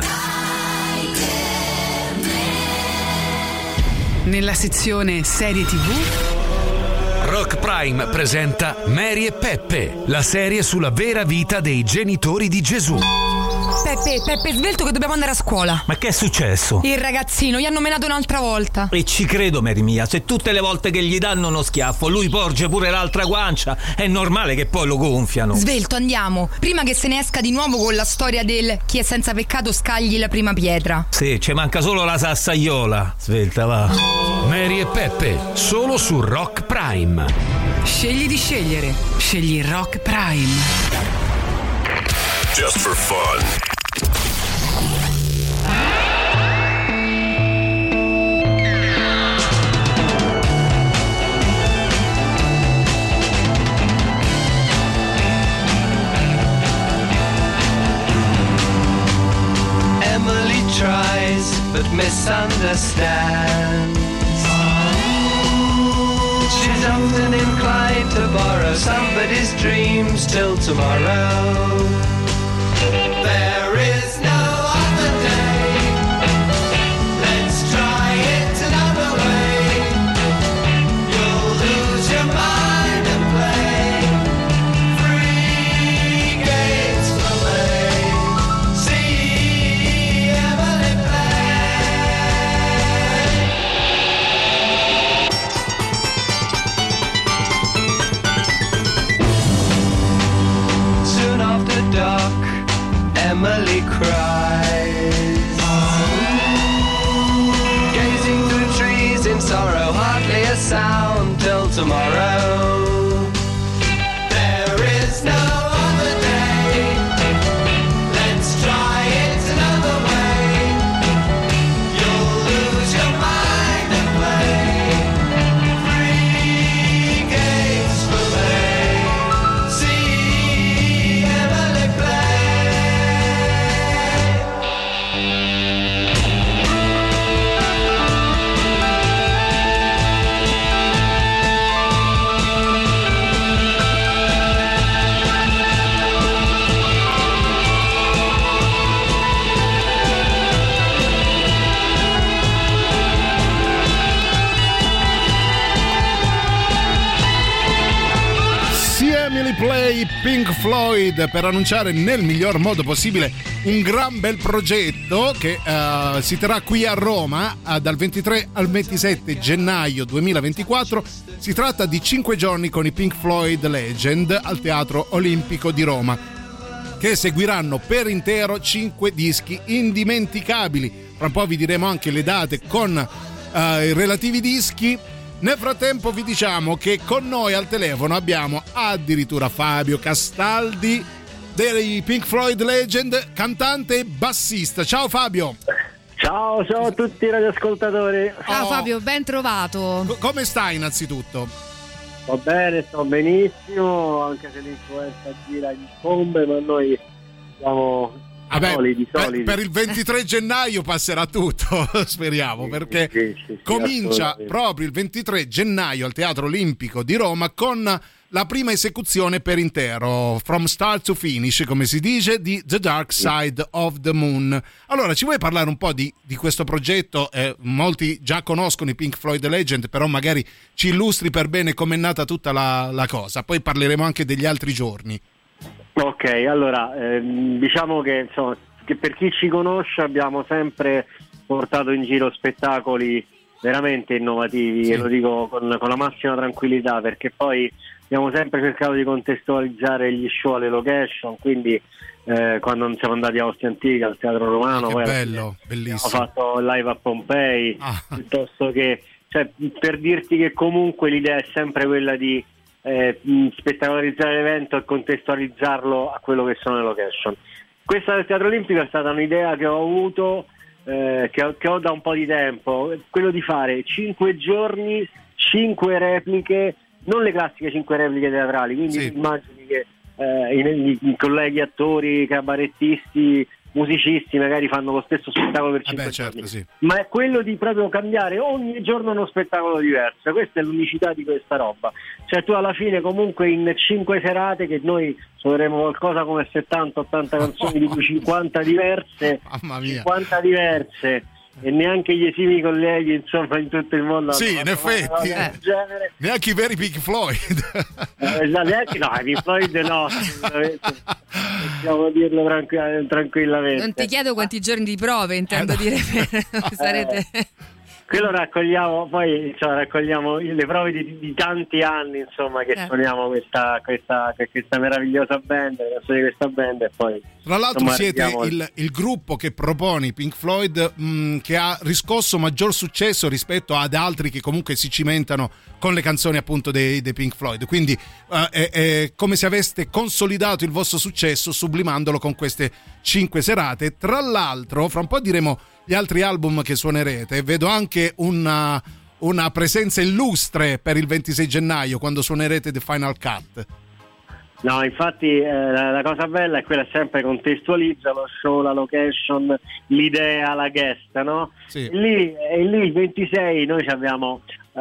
Nella sezione Serie tivù
Rock Prime presenta Mary e Peppe, la serie sulla vera vita dei genitori di Gesù.
Peppe, Peppe, svelto che dobbiamo andare a scuola.
Ma che è successo?
Il ragazzino, gli hanno menato un'altra volta.
E ci credo, Mary mia, se tutte le volte che gli danno uno schiaffo lui porge pure l'altra guancia, è normale che poi lo gonfiano.
Svelto, andiamo, prima che se ne esca di nuovo con la storia del chi è senza peccato scagli la prima pietra.
Sì, ci manca solo la sassaiola. Svelta, va.
Mary e Peppe, solo su Rock Prime.
Scegli di scegliere, scegli Rock Prime.
Just for fun.
Emily tries but misunderstands. She's often inclined to borrow somebody's dreams till tomorrow. There is no other day. Let's try it another way. You'll lose your mind and play free games for me. See Emily play. Soon after dark, Emily cries, gazing through trees in sorrow, hardly a sound till tomorrow. There is no other day. Let's try it another way. You'll lose your mind and play free games for me. See Emily play.
Coldplay, Pink Floyd, per annunciare nel miglior modo possibile un gran bel progetto che uh, si terrà qui a Roma uh, dal ventitré al ventisette gennaio duemilaventiquattro. Si tratta di cinque giorni con i Pink Floyd Legend al Teatro Olimpico di Roma, che seguiranno per intero cinque dischi indimenticabili. Fra un po' vi diremo anche le date con uh, i relativi dischi. Nel frattempo vi diciamo che con noi al telefono abbiamo addirittura Fabio Castaldi dei Pink Floyd Legend, cantante e bassista. Ciao Fabio.
Ciao, ciao a tutti i radioascoltatori.
Ciao
oh.
Fabio, ben trovato.
Co- come stai innanzitutto?
Sto bene, sto benissimo, anche se l'influenza gira in bombe, ma noi siamo...
Vabbè,
solidi,
per,
solidi.
per il ventitré gennaio passerà tutto, speriamo, perché
sì, sì, sì,
comincia proprio il ventitré gennaio al Teatro Olimpico di Roma con la prima esecuzione per intero, from start to finish, come si dice, di The Dark Side of the Moon. Allora, ci vuoi parlare un po' di, di questo progetto? Eh, molti già conoscono i Pink Floyd Legend, però magari ci illustri per bene com'è nata tutta la, la cosa. Poi parleremo anche degli altri giorni.
Ok, allora ehm, diciamo che, insomma, che per chi ci conosce abbiamo sempre portato in giro spettacoli veramente innovativi, sì. E lo dico con, con la massima tranquillità, perché poi abbiamo sempre cercato di contestualizzare gli show alle location, quindi eh, quando siamo andati a Ostia Antica, al Teatro Romano,
che
poi
bello, bellissimo.
abbiamo fatto il live a Pompei,
ah.
piuttosto che, cioè, per dirti che comunque l'idea è sempre quella di Eh, spettacolarizzare l'evento e contestualizzarlo a quello che sono le location. Questa del Teatro Olimpico è stata un'idea che ho avuto eh, che, ho, che ho da un po' di tempo, quello di fare cinque giorni, cinque repliche, non le classiche cinque repliche teatrali, quindi sì. Immagini che eh, i, i colleghi attori, cabarettisti, musicisti magari fanno lo stesso spettacolo per cinque
eh beh, certo,
giorni,
sì.
Ma è quello di proprio cambiare ogni giorno uno spettacolo diverso. Questa è l'unicità di questa roba, cioè tu alla fine comunque in cinque serate, che noi suoneremo qualcosa come settanta ottanta canzoni, di cui cinquanta diverse,
mamma mia,
cinquanta diverse, e neanche gli esimi colleghi insomma in tutto il mondo.
Sì, in effetti eh. neanche i veri Pink Floyd
eh, neanche, no, i Pink Floyd no, possiamo dirlo tranquill- tranquillamente.
Non ti chiedo quanti giorni di prove, intendo eh, dire per... sarete
eh. Quello raccogliamo, poi insomma, raccogliamo le prove di, di tanti anni, insomma, che eh. suoniamo questa, questa, questa meravigliosa band, la storia di questa band, e poi
tra l'altro
insomma,
siete
arriviamo...
il, il gruppo che propone i Pink Floyd mh, che ha riscosso maggior successo rispetto ad altri che comunque si cimentano con le canzoni appunto dei, dei Pink Floyd, quindi uh, è, è come se aveste consolidato il vostro successo sublimandolo con queste cinque serate. Tra l'altro fra un po' diremo gli altri album che suonerete, vedo anche una, una presenza illustre per il ventisei gennaio quando suonerete The Final Cut.
No, infatti eh, la, la cosa bella è quella, sempre contestualizza lo show, la location, l'idea, la guest, no?
Sì.
E lì, e lì il ventisei noi abbiamo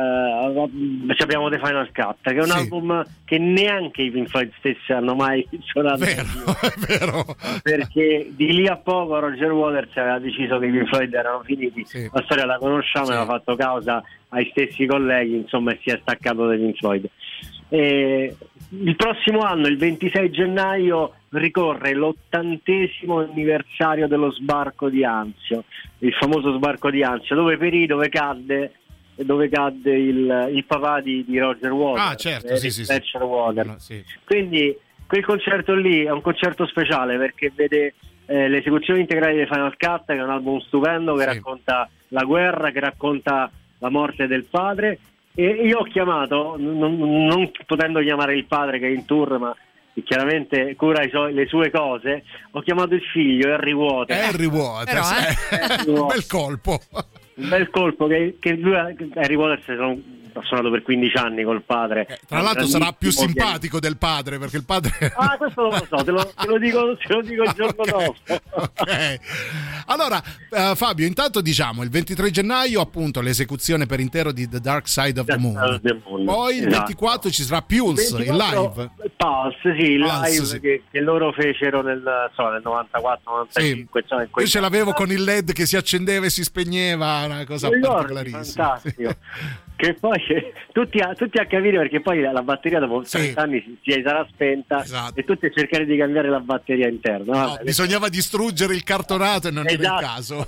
Uh, abbiamo The Final Cut, che è un
sì.
album che neanche i Pink Floyd stessi hanno mai suonato,
vero, è vero.
Perché di lì a poco Roger Waters aveva deciso che i Pink Floyd erano finiti, sì. La storia la conosciamo, sì. Aveva fatto causa ai stessi colleghi, insomma, e si è staccato dai Pink Floyd. E il prossimo anno, il ventisei gennaio, ricorre l'ottantesimo anniversario dello sbarco di Anzio, il famoso sbarco di Anzio, dove perì, dove cadde dove cadde il, il papà di, di Roger Waters,
ah certo, sì, sì, sì.
Waters.
No, sì.
Quindi quel concerto lì è un concerto speciale perché vede eh, l'esecuzione integrale di Final Cut, che è un album stupendo che sì. racconta la guerra, che racconta la morte del padre, e io ho chiamato, non, non potendo chiamare il padre che è in tour, ma che chiaramente cura i suoi, le sue cose, ho chiamato il figlio, Harry Waters.
Harry Waters,
eh.
eh. un bel colpo.
Un bel colpo che, che lui, Harry Waters ha suonato per quindici anni col padre.
Eh, tra l'altro sarà più simpatico del padre, perché il padre...
Ah, questo lo so, te lo, te lo, dico, te lo dico il giorno
okay,
dopo.
Ok. Allora, uh, Fabio, intanto diciamo, il ventitré gennaio appunto l'esecuzione per intero di The Dark Side of the Moon. The Moon. Poi il esatto. ventiquattro ci sarà Pulse, il live.
Pulse, sì, il
Pulse,
live
sì.
Che, che loro fecero nel, so, nel novantaquattro novantacinque.
Sì.
Insomma,
io ce l'avevo con il L E D che si accendeva e si spegneva, una cosa particolarissima.
Fantastico. che poi tutti a, tutti a capire, perché poi la batteria dopo trenta anni si, si sarà spenta, esatto. E tutti a cercare di cambiare la batteria interna.
No,
Vabbè,
bisognava distruggere il cartonato e non esatto. era il caso.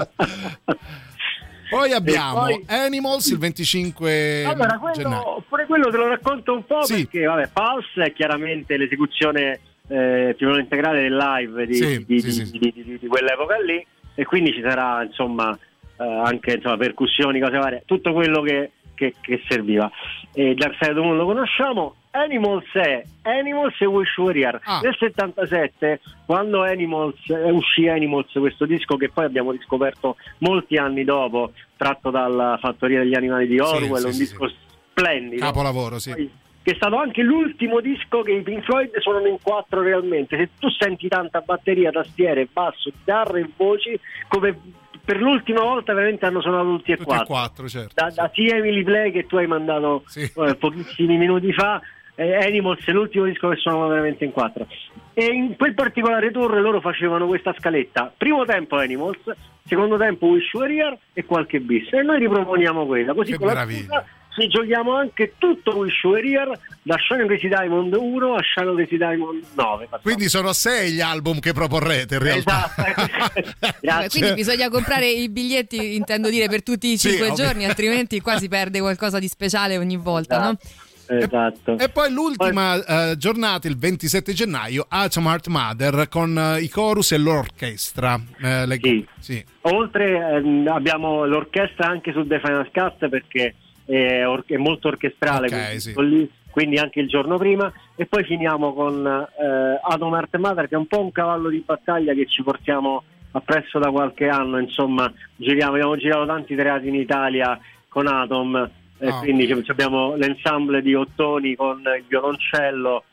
Poi abbiamo poi... Animals il venticinque
allora, quello,
gennaio.
Pure quello te lo racconto un po', sì. Perché vabbè, Pulse è chiaramente l'esecuzione eh, più o meno integrale del live di,
sì,
di,
sì,
di,
sì.
Di, di, di, di quell'epoca lì, e quindi ci sarà insomma eh, anche insomma, percussioni, cose varie, tutto quello che, che, che serviva. E Dark Side of the Moon lo conosciamo. Animals è Animals e Wish Warrior. Ah. Nel settantasette, quando Animals eh, uscì Animals, questo disco che poi abbiamo riscoperto molti anni dopo, tratto dalla Fattoria degli Animali di Orwell, sì, un sì, disco sì. splendido,
capolavoro, sì.
Poi, che è stato anche l'ultimo disco che i Pink Floyd suonano in quattro realmente. Se tu senti tanta batteria, tastiere, basso, chitarre e voci, come per l'ultima volta veramente hanno suonato tutti e tutti quattro,
e quattro certo,
da,
sì.
da sia Emily Play che tu hai mandato sì. eh, pochissimi minuti fa, eh, Animals è l'ultimo disco che suonano veramente in quattro, e in quel particolare tour loro facevano questa scaletta: primo tempo Animals, secondo tempo Wish Warrior e qualche bis, e noi riproponiamo quella, così
che
con
meraviglia.
la scusa ci giochiamo anche tutto Wish Warrior, da Shine Crazy Diamond uno a Shine Crazy Diamond nove.
Quindi sono sei gli album che proporrete in realtà.
Esatto.
Quindi bisogna comprare i biglietti, intendo dire, per tutti i cinque sì, giorni, altrimenti qua si perde qualcosa di speciale ogni volta,
esatto.
no?
Esatto.
E poi l'ultima poi... Uh, giornata, il ventisette gennaio, Atom Heart Mother con uh, i chorus e l'orchestra. Uh, le...
sì.
Sì.
Oltre ehm, abbiamo l'orchestra anche su The Final Cut, perché è, or- è molto orchestrale,
okay,
quindi,
sì.
lì, quindi anche il giorno prima, e poi finiamo con eh, Atom Heart Mother, che è un po' un cavallo di battaglia che ci portiamo appresso da qualche anno, insomma giriamo, abbiamo girato tanti teatri in Italia con Atom, e oh. quindi abbiamo l'ensemble di ottoni con il violoncello,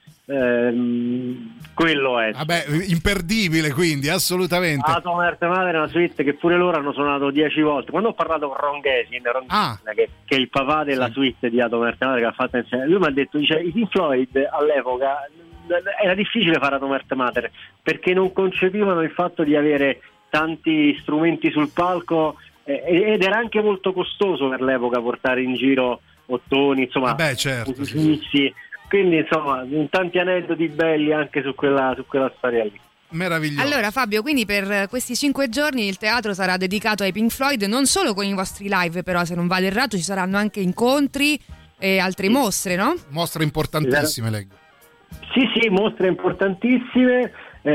ehm, quello è
vabbè, imperdibile, quindi assolutamente.
Atom Heart Mother è una suite che pure loro hanno suonato dieci volte. Quando ho parlato con Ron Gesin, Ron
ah.
Gesin che, che è il papà della sì. suite di Atom Heart Mother che ha fatto insieme, lui mi ha detto, dice, i Pink Floyd all'epoca era difficile fare Atom Heart Mother perché non concepivano il fatto di avere tanti strumenti sul palco, eh, ed era anche molto costoso per l'epoca portare in giro ottoni, insomma,
Vabbè, certo,
musicisti, sì. Quindi insomma tanti aneddoti belli anche su quella, su quella storia lì.
Meraviglioso.
Allora Fabio, quindi per questi cinque giorni il teatro sarà dedicato ai Pink Floyd, non solo con i vostri live, però se non vado errato ci saranno anche incontri e altre sì. mostre, no?
Mostre importantissime, leggo.
Sì, sì, mostre importantissime.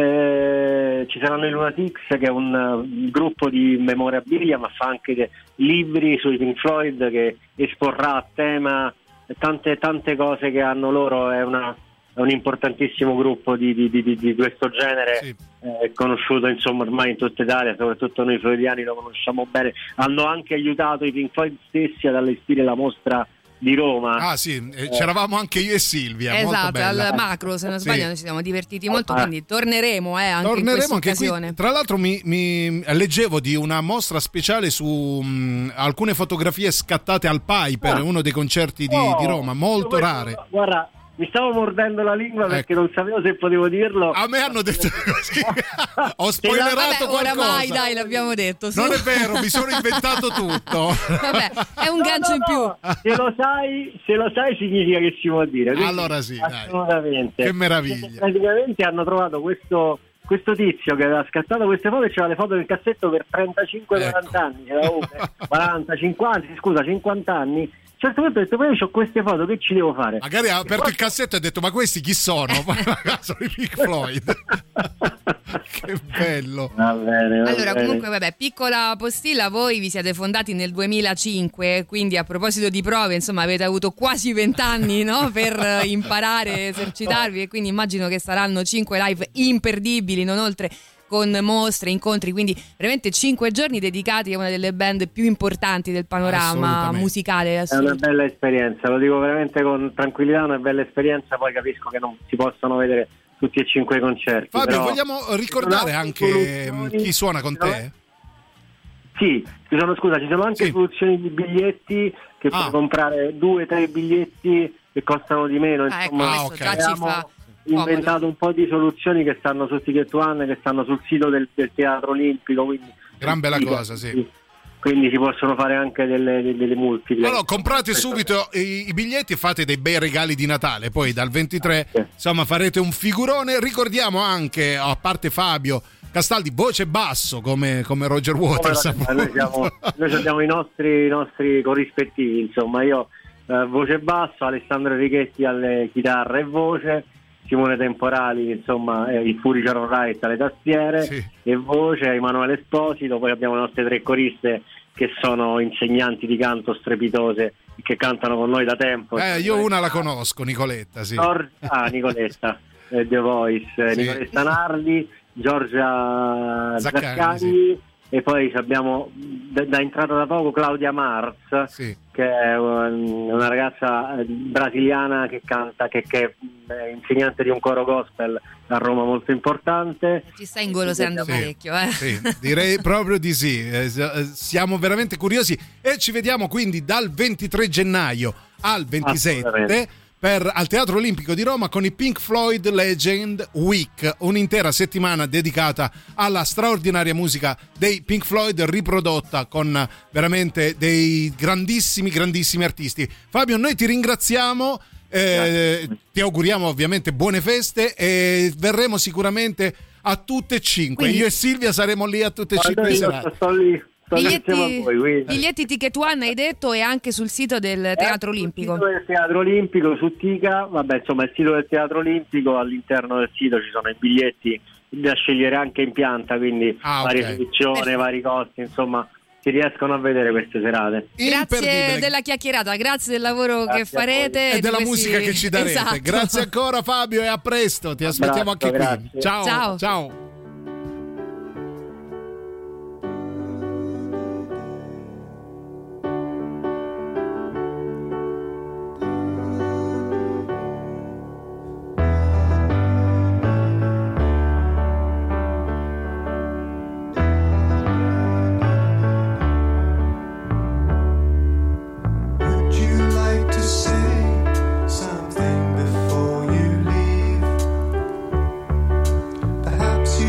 Eh, ci saranno i Lunatics, che è un, un gruppo di memorabilia, ma fa anche de- libri sui Pink Floyd, che esporrà a tema tante tante cose che hanno loro. È, una, è un importantissimo gruppo di, di, di, di questo genere, sì. eh, conosciuto insomma ormai in tutta Italia, soprattutto noi freudiani lo conosciamo bene. Hanno anche aiutato i Pink Floyd stessi ad allestire la mostra di Roma.
Ah sì, eh, c'eravamo anche io e Silvia.
Esatto, al Macro, se non sbaglio, sì. Noi ci siamo divertiti molto,
ah.
quindi torneremo eh, anche
torneremo
in questa
anche
occasione.
Qui, tra l'altro mi, mi leggevo di una mostra speciale su mh, alcune fotografie scattate al Piper, ah. uno dei concerti di, oh, di Roma, molto rare.
Guarda, mi stavo mordendo la lingua perché ecco. non sapevo se potevo dirlo.
A me hanno detto così. Ho spoilerato
vabbè,
qualcosa.
Oramai dai, l'abbiamo detto. Su.
Non è vero, mi sono inventato tutto.
Vabbè, è un
no,
gancio
no,
in più.
No. Se lo sai, se lo sai significa che si può dire. Quindi,
allora sì,
assolutamente.
Dai. Che meraviglia.
Praticamente hanno trovato questo questo tizio che aveva scattato queste foto e c'era le foto nel cassetto per trentacinque quaranta ecco. anni, quaranta, cinquanta, scusa, cinquanta anni. A un certo punto ho detto, ma io ho queste foto, che ci devo fare?
Magari ha aperto il cassetto e ha detto, ma questi chi sono? Sono i Pink Floyd. Che bello.
Va bene, va
allora
bene.
comunque vabbè, piccola postilla, voi vi siete fondati nel duemilacinque, quindi a proposito di prove, insomma avete avuto quasi vent'anni, no? Per imparare, esercitarvi, e quindi immagino che saranno cinque live imperdibili, non oltre, con mostre, incontri, quindi veramente cinque giorni dedicati a una delle band più importanti del panorama musicale.
È una bella esperienza, lo dico veramente con tranquillità, una bella esperienza. Poi capisco che non si possono vedere tutti e cinque i concerti.
Fabio,
però
vogliamo ricordare anche chi suona con te?
Sì, ci sono, scusa, ci sono anche
sì.
soluzioni di biglietti che
ah.
puoi comprare due, tre biglietti che costano di meno.
Ah,
insomma,
ecco, questo già ci fa comodo.
Un po' di soluzioni che stanno su Ticket One, che stanno sul sito del, del Teatro Olimpico, quindi
gran bella cosa, sì.
quindi si possono fare anche delle, delle, delle multiple.
Allora, comprate subito i, i biglietti e fate dei bei regali di Natale, poi dal ventitré insomma farete un figurone. Ricordiamo anche, a parte Fabio Castaldi, voce basso come, come Roger Waters.
Come noi, siamo, noi abbiamo i nostri, i nostri corrispettivi, insomma io eh, voce basso, Alessandro Righetti alle chitarre e voce, Simone Temporali, insomma, eh, il Fury Sharon Wright alle tastiere, sì, e voce, Emanuele Esposito. Poi abbiamo le nostre tre coriste che sono insegnanti di canto strepitose, che cantano con noi da tempo.
Eh, io una la conosco, Nicoletta, sì.
Giorgia, ah, Nicoletta, eh, The Voice, sì. Nicoletta Nardi, Giorgia
Zaccagni,
Zaccagni, sì. E poi abbiamo da, da entrata da poco Claudia Marz,
sì,
che è una ragazza brasiliana che canta, che, che è insegnante di un coro gospel a Roma molto importante.
Ci sta ingolosendo
sì,
parecchio, eh?
Sì, direi proprio di sì. Eh, siamo veramente curiosi e ci vediamo quindi dal ventitré gennaio al ventisette per al Teatro Olimpico di Roma con i Pink Floyd Legend Week, un'intera settimana dedicata alla straordinaria musica dei Pink Floyd, riprodotta con veramente dei grandissimi grandissimi artisti. Fabio, noi ti ringraziamo, eh, ti auguriamo ovviamente buone feste e verremo sicuramente a tutte e cinque. Quindi, io e Silvia saremo lì a tutte e cinque le serate.
Sto lì.
Biglietti,
voi,
biglietti Ticket One hai detto, e anche sul sito del Teatro
eh,
Olimpico.
Sul sito del Teatro Olimpico, su Tica, vabbè, insomma, il sito del Teatro Olimpico, all'interno del sito ci sono i biglietti da scegliere anche in pianta, quindi
ah,
varie
okay.
selezioni, vari costi, insomma, si riescono a vedere queste serate.
Grazie della chiacchierata, grazie del lavoro
grazie
che farete
e della
questi...
musica che ci darete.
Esatto.
Grazie ancora Fabio e a presto, ti aspettiamo anche
grazie.
qui. Ciao,
ciao.
ciao.
Perhaps you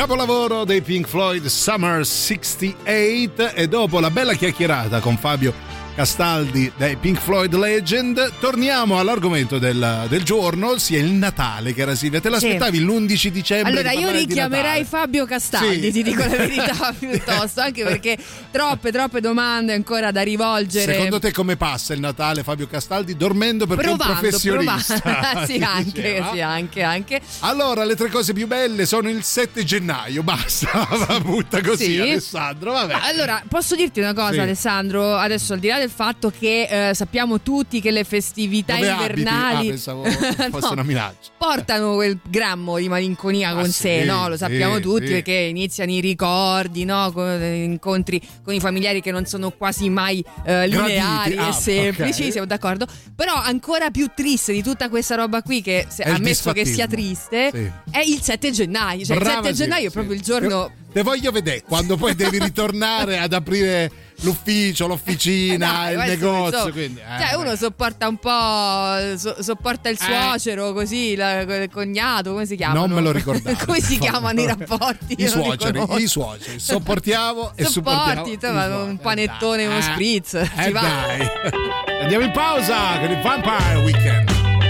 capolavoro dei Pink Floyd, Summer sessantotto, e dopo la bella chiacchierata con Fabio Castaldi dei Pink Floyd Legend, torniamo all'argomento del, del giorno, ossia il Natale, cara Silvia. Te l'aspettavi sì. l'undici dicembre?
Allora io richiamerei Fabio Castaldi, sì. ti dico la verità, piuttosto, anche perché troppe troppe domande ancora da rivolgere.
Secondo te come passa il Natale, Fabio Castaldi? Dormendo, perché
provando,
è un professionista.
Provando. sì, anche, sì, anche, anche.
Allora, le tre cose più belle sono il sette gennaio, basta, butta così, sì. Alessandro, vabbè.
Ma allora, posso dirti una cosa, sì. Alessandro, adesso al di là del fatto che eh, sappiamo tutti che le festività
Dove
invernali
ah, pensavo fosse no, una minaccia.
portano quel grammo di malinconia ah, con
sì,
sé, no? Lo sappiamo
sì,
tutti,
sì.
perché iniziano i ricordi, no? Con incontri con i familiari che non sono quasi mai eh, lineari ah, e semplici, okay. siamo d'accordo. Però ancora più triste di tutta questa roba qui, che se, ammesso che sia triste, sì. è il sette gennaio. Cioè Brava, il sette gennaio sì, è proprio sì. il giorno.
Te voglio vedere quando poi devi ritornare ad aprire l'ufficio, l'officina, eh dai, il negozio. So, quindi, eh,
cioè, uno sopporta un po', so, sopporta il suocero, eh. così, la, il cognato, come si chiamano?
Non me lo ricordavo.
Come si chiamano i rapporti?
I suoceri, i suoceri. Sopportiamo e
Sopporti,
supportiamo.
Un panettone,
eh,
uno spritz.
Eh,
si va.
Dai. Andiamo in pausa con il Vampire Weekend.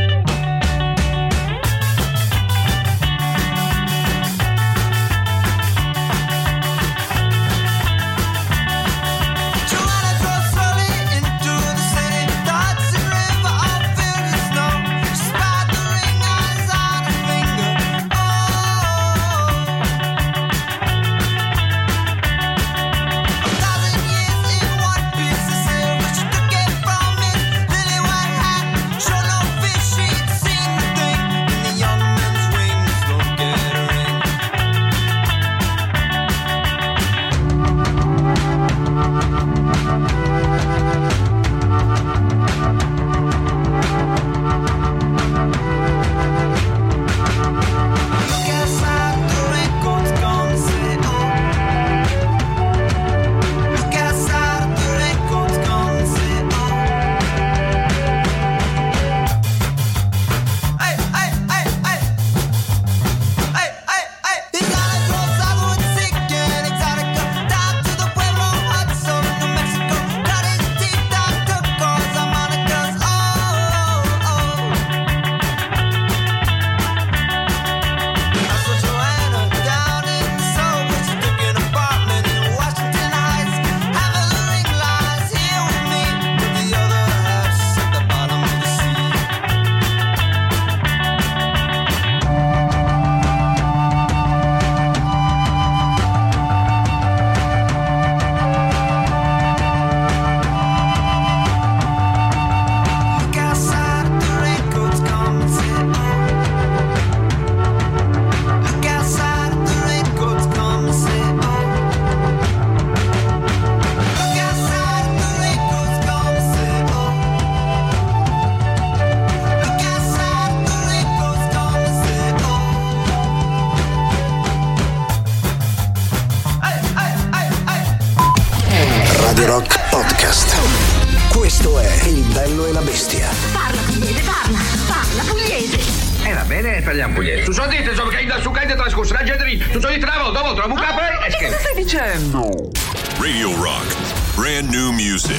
Radio Rock Podcast. Questo è Il Bello e la Bestia.
Parla pugliese, parla, parla pugliese.
Eh va bene, parliamo pugliese. Tu sono dite, insomma, che da su che trascorso la gente lì. Tu sono di travo, dopo trovo un capo e
che cosa stai dicendo?
Radio Rock, brand new music.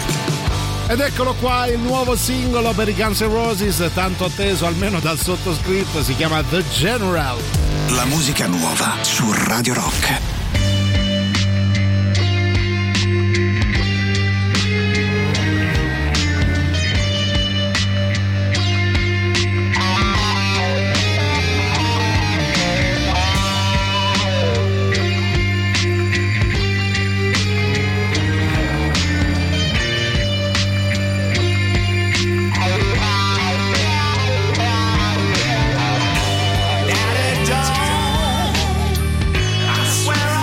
Ed eccolo qua il nuovo singolo per i Guns N' Roses, tanto atteso almeno dal sottoscritto, si chiama The General.
La musica nuova su Radio Rock.
Swear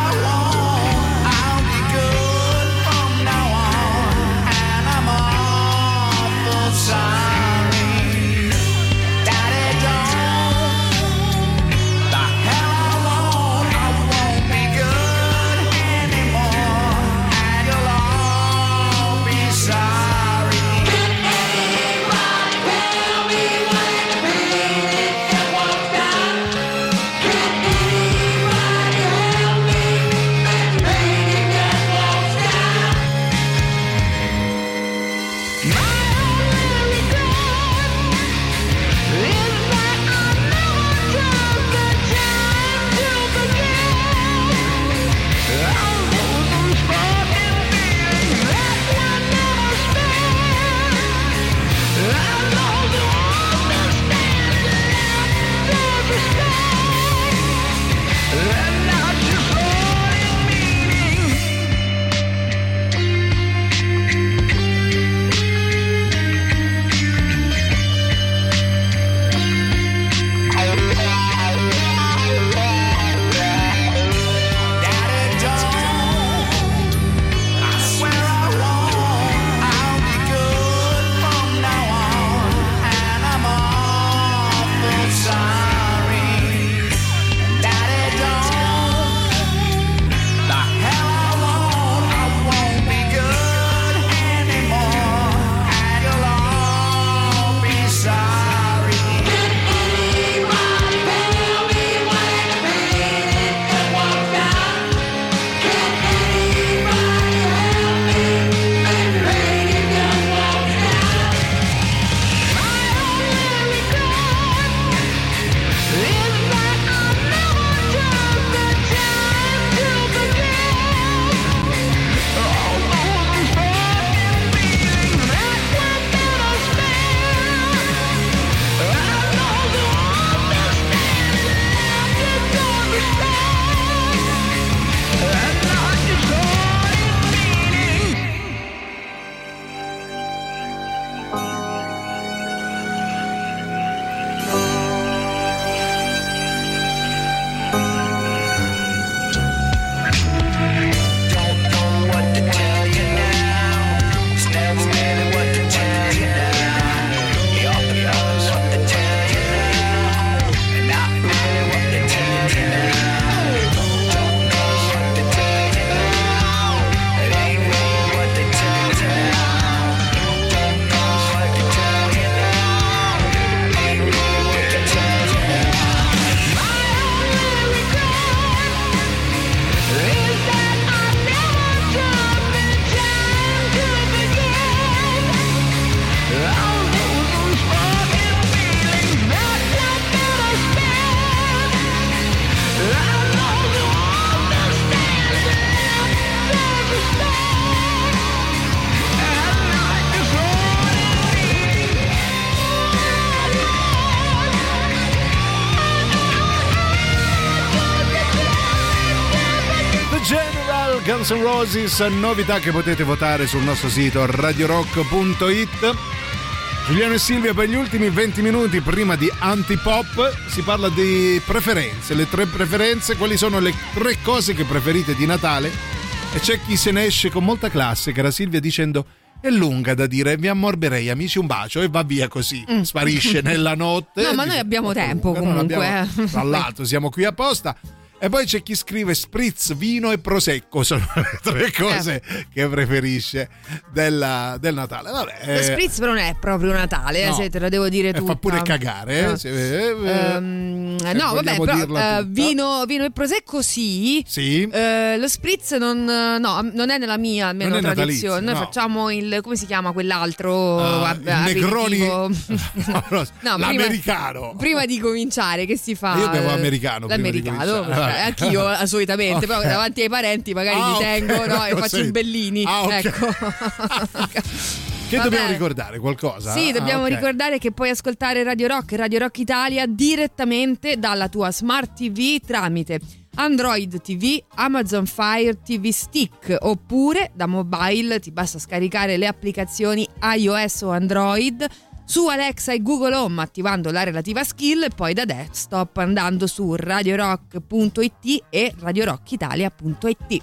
Guns N' Roses, novità che potete votare sul nostro sito radio rock punto it. Giuliano e Silvia per gli ultimi venti minuti prima di Antipop si parla di preferenze, le tre preferenze, quali sono le tre cose che preferite di Natale, e c'è chi se ne esce con molta classe, cara Silvia, dicendo è lunga da dire, vi ammorberei amici un bacio, e va via così, mm. sparisce nella notte.
No, ma noi abbiamo tempo comunque.
Abbiamo, tra l'altro siamo qui apposta. E poi c'è chi scrive spritz, vino e prosecco, sono le tre cose eh. che preferisce della, del Natale. Vabbè,
lo spritz però non è proprio Natale,
no.
se te la devo dire tutta.
Fa pure cagare, eh?
No,
se, eh,
um, no vabbè, però uh, vino, vino e prosecco sì.
Sì.
Uh, lo spritz non, no, non è nella mia almeno tradizione. Noi
no.
facciamo il, come si chiama quell'altro?
Uh,
ab-
il Negroni.
no,
no, l'americano.
Prima, prima di cominciare, che si fa?
Io bevo americano.
L'americano. Anch'io solitamente, però davanti ai parenti magari
ah,
li
okay.
tengo, no, e faccio i bellini.
Ah, okay.
Ecco.
Che
Vabbè.
dobbiamo ricordare? Qualcosa?
Sì, dobbiamo
ah, okay.
ricordare che puoi ascoltare Radio Rock e Radio Rock Italia direttamente dalla tua Smart T V tramite Android T V, Amazon Fire T V Stick, oppure da mobile ti basta scaricare le applicazioni iOS o Android su Alexa e Google Home attivando la relativa skill, e poi da desktop andando su radio rock punto it e radio rock italia punto it.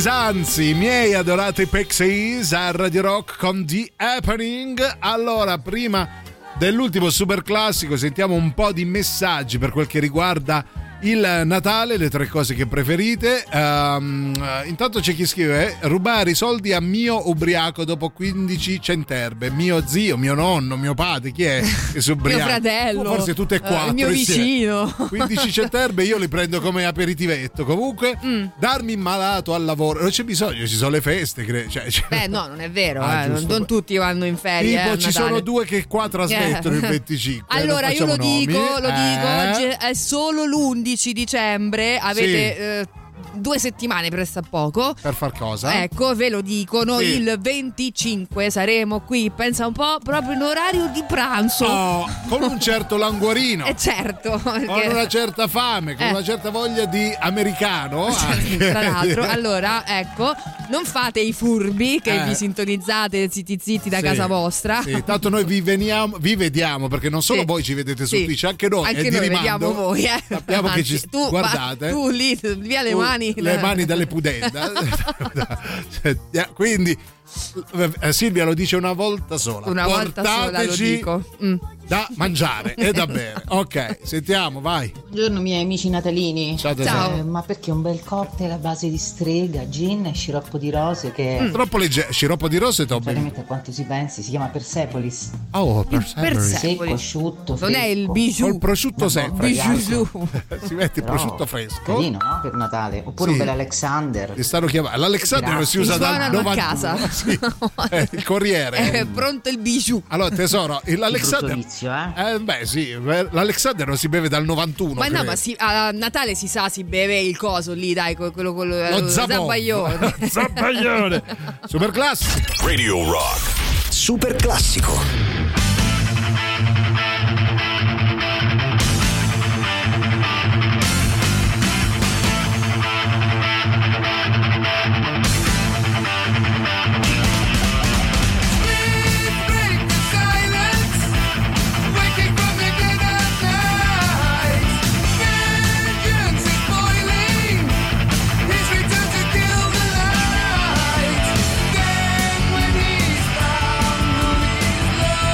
Pixies, anzi, i miei adorati Pixies a Radio Rock con The Happening. Allora, prima dell'ultimo super classico sentiamo un po' di messaggi per quel che riguarda il Natale, le tre cose che preferite. Um, intanto c'è chi scrive: rubare i soldi a mio ubriaco dopo quindici centerbe. Mio zio, mio nonno, mio padre, chi è che si ubriaca?
Mio fratello,
o forse tutte e quattro,
uh, il mio vicino.
quindici centerbe io li prendo come aperitivetto. Comunque mm. darmi malato al lavoro, non c'è bisogno, ci sono le feste, cre- cioè, cioè...
Beh no, non è vero,
ah,
eh, non, non tutti vanno in ferie.
Tipo
eh,
ci sono due che qua trasmettono il venticinque.
Allora io lo
nomi.
dico, lo
eh.
dico, oggi è solo l'undici dicembre, avete
sì.
eh, due settimane presto a poco
per far cosa?
Ecco, ve lo dico, noi
sì.
il venticinque saremo qui, pensa un po', proprio in orario di pranzo,
oh, con un certo languorino.
Eh certo, perché...
con una certa fame, con eh. una certa voglia di americano
anche. Tra l'altro, allora ecco, non fate i furbi che eh. vi sintonizzate zitti zitti da sì. casa vostra.
Sì, tanto noi vi, veniamo, vi vediamo, perché non solo sì. voi ci vedete su sì. Twitch, anche noi.
Anche
e
noi
di
vediamo voi, eh.
Sappiamo
Anzi,
che ci
tu,
guardate.
Tu lì, via le
tu,
mani.
Le mani dalle pudenda. Quindi Silvia lo dice una volta sola.
Una volta sola lo dico. Mm.
Da mangiare e da bere. Ok, sentiamo, vai.
Buongiorno miei amici natalini.
Ciao,
Ciao.
Eh, ma perché un bel cocktail a base di strega, gin e sciroppo di rose che
mm. troppo leggero. Sciroppo di rose Toby.
Praticamente a quanto si pensi, si chiama Persepolis.
Oh, Persepolis.
Secco, asciutto,
non è il bijou.
Col prosciutto secco.
Bijou.
Si mette il prosciutto fresco.
Carino, no? Per Natale. Oppure sì. un bel Alexander.
Ti stanno chiamando. L'Alexander non si usa dal novantuno.
A casa.
Sì. Eh, il Corriere.
È pronto il bijou.
Allora tesoro, l'Alexander
vizio, eh?
eh beh sì, l'Alexander non si beve dal novantuno.
Ma
credo.
no, ma si, a Natale si sa, si beve il coso lì, dai, quello con lo,
lo
zabbaglione.
Zabbaglione. Super classico.
Radio Rock.
Super classico.
Then when he's found, who is love?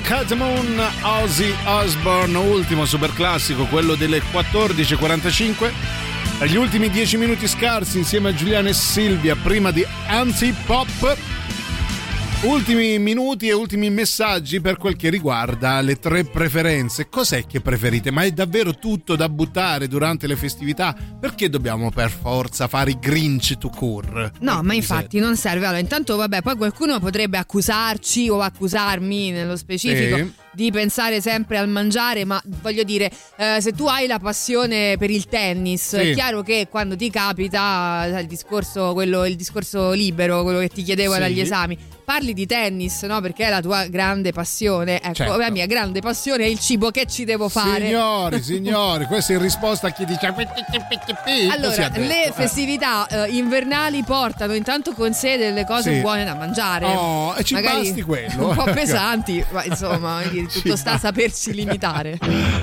Dark at the Moon, Ozzy Osbourne, ultimo super classico, quello delle quattordici e quarantacinque. Agli ultimi dieci minuti scarsi insieme a Giuliana e Silvia, prima di Antipop. Ultimi minuti e ultimi messaggi per quel che riguarda le tre preferenze. Cos'è che preferite? Ma è davvero tutto da buttare durante le festività? Perché dobbiamo per forza fare i Grinch to cure?
No, ma infatti non serve. Allora, intanto vabbè, poi qualcuno potrebbe accusarci o accusarmi nello specifico
Sì.
di pensare sempre al mangiare, ma voglio dire, eh, se tu hai la passione per il tennis,
Sì.
è chiaro che quando ti capita il discorso, quello, il discorso libero, quello che ti chiedevo
Sì.
dagli esami, parli di tennis, no? Perché è la tua grande passione. Ecco,
Certo.
la mia grande passione è il cibo. Che ci devo fare?
Signori, signori, questa è in risposta a chi dice così
Allora,
ha detto.
le
Eh.
festività eh, invernali portano intanto con sé delle cose
Sì.
buone da mangiare.
Oh, e ci
Magari
basti quello,
un po'
eh.
pesanti, ma insomma, voglio dire, tutto
Ci
sta a sapersi limitare.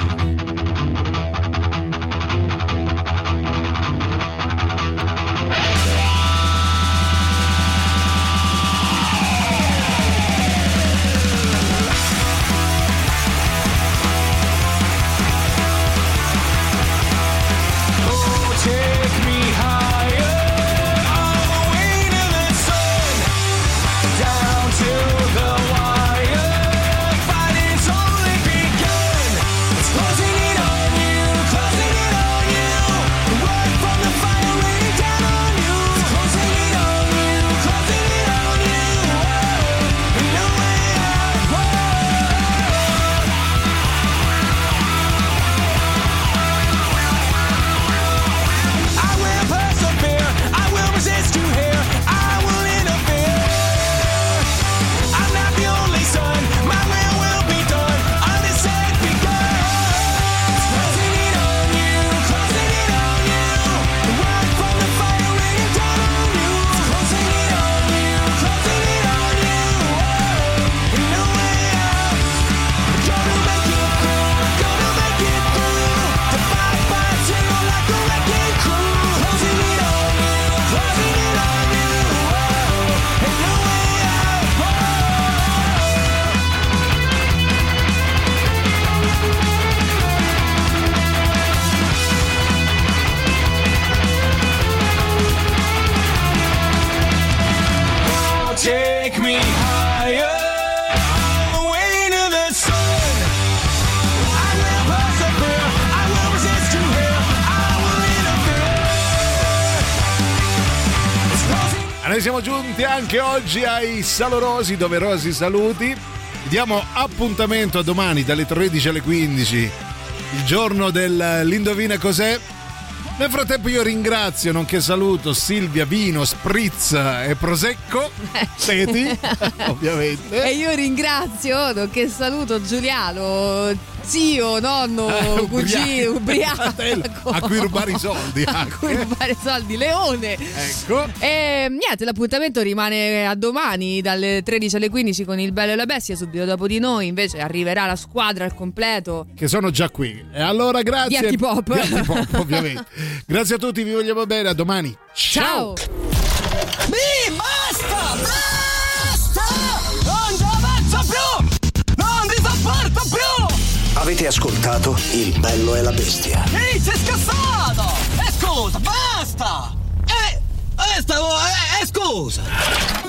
Take me higher, all the way to the sun, down to the wire. Fighting's only begun. It's closing in on you, closing in on you. The word from the fire raining down on you. It's closing in on you, closing in on you. Whoa, no way out. I will persevere, I will resist you here, I will interfere. I'm not the only son, my will will be done, until it's begun. It's closing in on you, closing in on you. The word from the fire raining down on you. It's closing in on you, closing in on you. Whoa, no way out. Gonna make it through, gonna make it through. To fight by two like a wrecking crew. Closing in on you, closing in on you. Whoa, and no way out. Whoa. Take me higher, all the way to the sun. I will persevere, I will resist you here, I will interfere. It's closing.
E noi siamo giunti anche oggi ai salorosi, doverosi saluti. Diamo appuntamento a domani dalle tredici alle quindici, il giorno dell'Indovina Cos'è. Nel frattempo io ringrazio, nonché saluto Silvia, vino, spritz e prosecco, seti, ovviamente.
E io ringrazio, nonché saluto Giuliano, zio, nonno,
Eh,
cugino,
ubriaco.
ubriaco.
A cui rubare i soldi
A
anche.
cui rubare soldi, leone.
Ecco.
E niente, l'appuntamento rimane a domani dalle tredici alle quindici con il Bello e la Bestia. Subito dopo di noi invece arriverà la squadra al completo
Che sono già qui. E allora grazie.
di Antipop.
Di Antipop, ovviamente. Grazie a tutti, vi vogliamo bene, a domani.
Ciao.
Mi basta! Basta! Non ci avanzo più! Non ti sopporto più!
Avete ascoltato Il Bello e la Bestia.
Ehi, sei scassato! E scusa, basta! Eh, eh, stavo, eh, eh, scusa!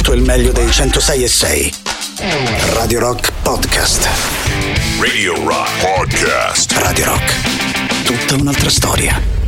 tutto il meglio dei centosei e sei. Radio Rock Podcast.
Radio Rock Podcast.
Radio Rock. Tutta un'altra storia.